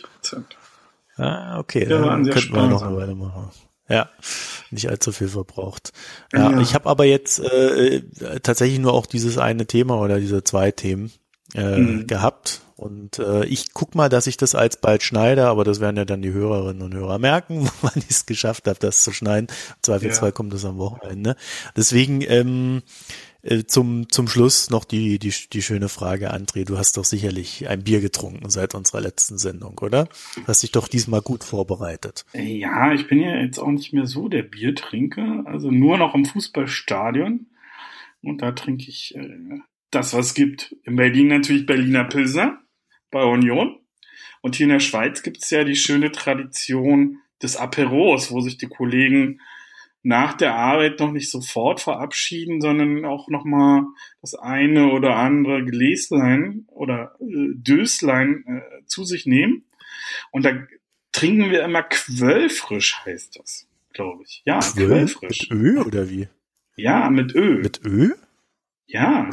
Ah, okay, dann könnten wir noch eine Weile machen. Ja, nicht allzu viel verbraucht. Ja. Ich habe aber jetzt tatsächlich nur auch dieses eine Thema oder diese 2 Themen gehabt. Und ich guck mal, dass ich das alsbald schneide, aber das werden ja dann die Hörerinnen und Hörer merken, wann ich es geschafft habe, das zu schneiden. Im Zweifelsfall kommt das am Wochenende. Deswegen zum Schluss noch die schöne Frage, André. Du hast doch sicherlich ein Bier getrunken seit unserer letzten Sendung, oder? Hast dich doch diesmal gut vorbereitet. Ja, ich bin ja jetzt auch nicht mehr so der Biertrinker, also nur noch im Fußballstadion. Und da trinke ich das, was es gibt. In Berlin natürlich Berliner Pilsner bei Union. Und hier in der Schweiz gibt es ja die schöne Tradition des Aperos, wo sich die Kollegen nach der Arbeit noch nicht sofort verabschieden, sondern auch nochmal das eine oder andere Gläslein oder Döslein zu sich nehmen. Und da trinken wir immer Quellfrisch, heißt das, glaube ich. Ja, Quellfrisch. Mit Ö oder wie? Ja, mit Ö. Mit Ö? Ja.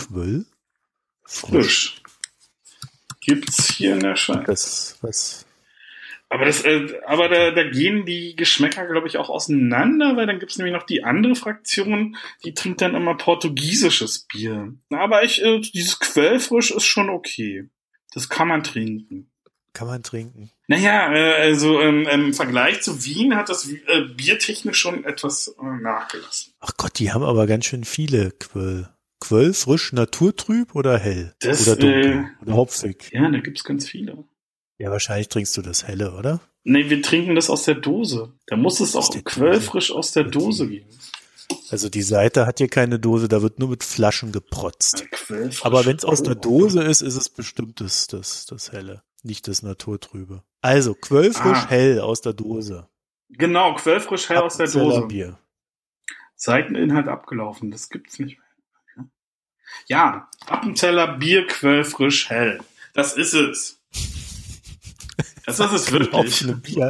Quellfrisch. Gibt's hier in der Schweiz. Was? Aber da gehen die Geschmäcker, glaube ich, auch auseinander, weil dann gibt's nämlich noch die andere Fraktion, die trinkt dann immer portugiesisches Bier. Aber dieses Quellfrisch ist schon okay. Das kann man trinken. Kann man trinken. Naja, also im Vergleich zu Wien hat das biertechnisch schon etwas nachgelassen. Ach Gott, die haben aber ganz schön viele Quell. Quell, frisch, naturtrüb oder hell? Oder dunkel? Oder hopfig? Ja, da gibt's ganz viele. Ja, wahrscheinlich trinkst du das helle, oder? Nee, wir trinken das aus der Dose. Da muss es auch quellfrisch aus der Dose gehen. Also die Seite hat hier keine Dose, da wird nur mit Flaschen geprotzt. Aber wenn es aus der Dose ist, ist es bestimmt das helle, nicht das naturtrübe. Also quellfrisch hell aus der Dose. Genau, quellfrisch hell aus der Dose. Bier. Seiteninhalt abgelaufen, das gibt's nicht mehr. Ja, Appenzeller Bier quellfrisch hell. Das ist es. Das ist es wirklich. Bier.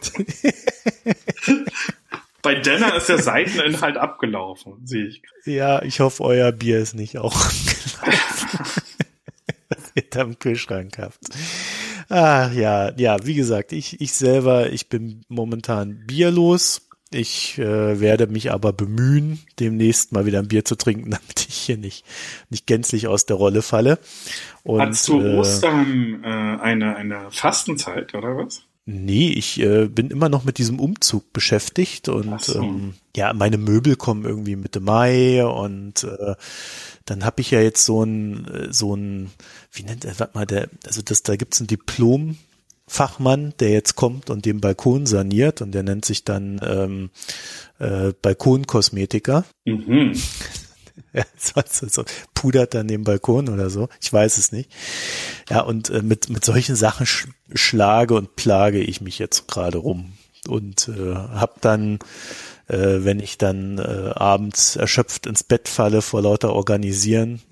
Bei Denner ist der Seiteninhalt abgelaufen, sehe ich. Ja, ich hoffe, euer Bier ist nicht auch abgelaufen, was ihr da im Kühlschrank habt. Ah, ja, wie gesagt, ich bin momentan bierlos. Ich werde mich aber bemühen, demnächst mal wieder ein Bier zu trinken, damit ich hier nicht gänzlich aus der Rolle falle. Und, hast du Ostern eine Fastenzeit, oder was? Nee, ich bin immer noch mit diesem Umzug beschäftigt und meine Möbel kommen irgendwie Mitte Mai und dann habe ich ja jetzt so ein, wie nennt er, warte mal, da gibt's einen Diplom-Fachmann, der jetzt kommt und den Balkon saniert und der nennt sich dann Balkonkosmetiker. Mhm. Ja, so pudert dann den Balkon oder so. Ich weiß es nicht. Ja, und mit solchen Sachen schlage und plage ich mich jetzt gerade rum. Und habe dann, wenn ich dann abends erschöpft ins Bett falle vor lauter Organisieren,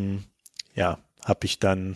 habe ich dann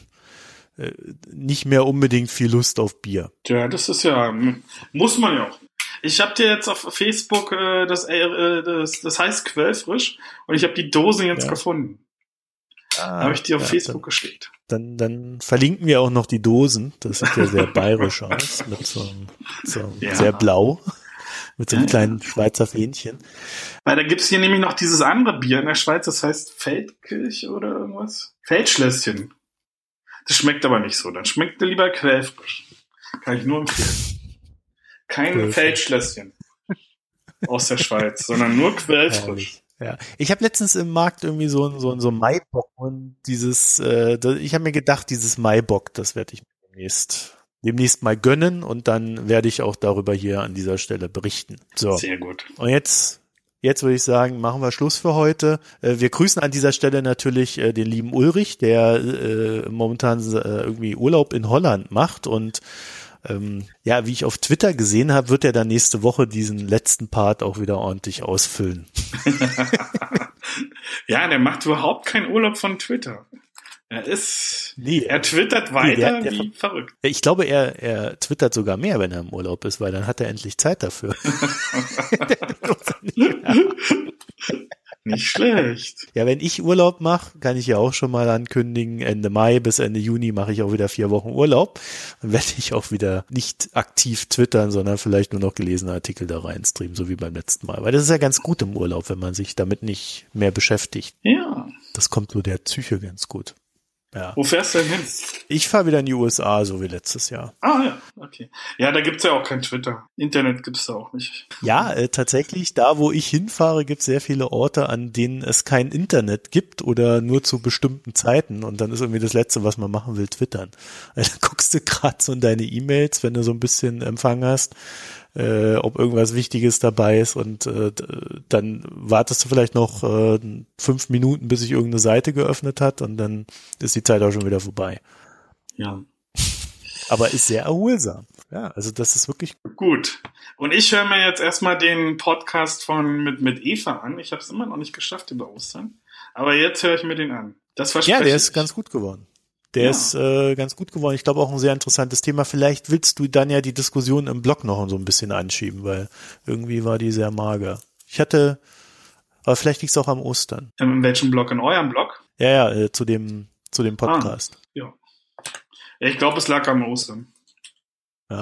nicht mehr unbedingt viel Lust auf Bier. Ja, das ist ja, muss man ja auch. Ich habe dir jetzt auf Facebook, das heißt Quellfrisch und ich habe die Dose jetzt gefunden. Habe ich dir auf Facebook geschickt. Dann verlinken wir auch noch die Dosen. Das sieht ja sehr bayerisch aus, mit so einem sehr blau, mit so einem kleinen Schweizer Fähnchen. Weil da gibt's hier nämlich noch dieses andere Bier in der Schweiz, das heißt Feldkirch oder irgendwas. Feldschlösschen. Das schmeckt aber nicht so. Dann schmeckt lieber Quellfrisch. Kann ich nur empfehlen. Kein Feldschlösschen aus der Schweiz, sondern nur quellfrisch. Ja, ich habe letztens im Markt irgendwie so Maibock und ich habe mir gedacht, dieses Maibock, das werde ich demnächst mal gönnen und dann werde ich auch darüber hier an dieser Stelle berichten. So. Sehr gut. Und jetzt würde ich sagen, machen wir Schluss für heute. Wir grüßen an dieser Stelle natürlich den lieben Ulrich, der momentan irgendwie Urlaub in Holland macht und wie ich auf Twitter gesehen habe, wird er dann nächste Woche diesen letzten Part auch wieder ordentlich ausfüllen. Ja, der macht überhaupt keinen Urlaub von Twitter. Er twittert weiter wie verrückt. Ich glaube, er twittert sogar mehr, wenn er im Urlaub ist, weil dann hat er endlich Zeit dafür. Nicht schlecht. Ja, wenn ich Urlaub mache, kann ich ja auch schon mal ankündigen, Ende Mai bis Ende Juni mache ich auch wieder 4 Wochen Urlaub. Dann werde ich auch wieder nicht aktiv twittern, sondern vielleicht nur noch gelesene Artikel da rein streamen, so wie beim letzten Mal. Weil das ist ja ganz gut im Urlaub, wenn man sich damit nicht mehr beschäftigt. Ja. Das kommt so der Psyche ganz gut. Ja. Wo fährst du denn hin? Ich fahre wieder in die USA, so wie letztes Jahr. Ah ja, okay. Ja, da gibt's ja auch kein Twitter. Internet gibt's da auch nicht. Ja, tatsächlich, da wo ich hinfahre, gibt's sehr viele Orte, an denen es kein Internet gibt oder nur zu bestimmten Zeiten. Und dann ist irgendwie das Letzte, was man machen will, twittern. Dann guckst du gerade so in deine E-Mails, wenn du so ein bisschen Empfang hast, ob irgendwas Wichtiges dabei ist und dann wartest du vielleicht noch 5 Minuten, bis sich irgendeine Seite geöffnet hat und dann ist die Zeit auch schon wieder vorbei. Ja. Aber ist sehr erholsam. Ja, also das ist wirklich gut. Und ich höre mir jetzt erstmal den Podcast mit Eva an. Ich habe es immer noch nicht geschafft über Ostern. Aber jetzt höre ich mir den an. Das verspreche ich. Ja, der ist ganz gut geworden. Der ist ganz gut geworden. Ich glaube auch ein sehr interessantes Thema. Vielleicht willst du dann ja die Diskussion im Blog noch so ein bisschen anschieben, weil irgendwie war die sehr mager. Aber vielleicht liegt es auch am Ostern. In welchem Blog? In eurem Blog? Ja, zu dem Podcast. Ja, ich glaube, es lag am Ostern. Ja,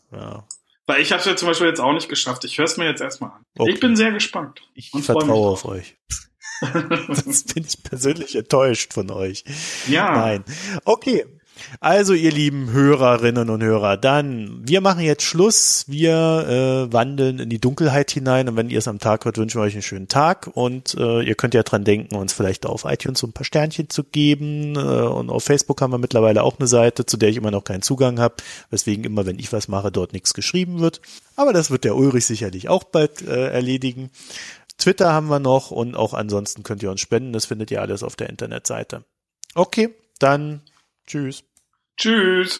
Ja. Weil ich habe es ja zum Beispiel jetzt auch nicht geschafft. Ich höre es mir jetzt erstmal an. Okay. Ich bin sehr gespannt. Ich vertraue auf euch. Sonst bin ich persönlich enttäuscht von euch. Ja. Nein. Okay. Also ihr lieben Hörerinnen und Hörer, dann, wir machen jetzt Schluss, wir wandeln in die Dunkelheit hinein und wenn ihr es am Tag hört, wünschen wir euch einen schönen Tag und ihr könnt ja dran denken, uns vielleicht auf iTunes so ein paar Sternchen zu geben und auf Facebook haben wir mittlerweile auch eine Seite, zu der ich immer noch keinen Zugang habe, weswegen immer, wenn ich was mache, dort nichts geschrieben wird, aber das wird der Ulrich sicherlich auch bald erledigen. Twitter haben wir noch und auch ansonsten könnt ihr uns spenden, das findet ihr alles auf der Internetseite. Okay, dann tschüss. Tschüss.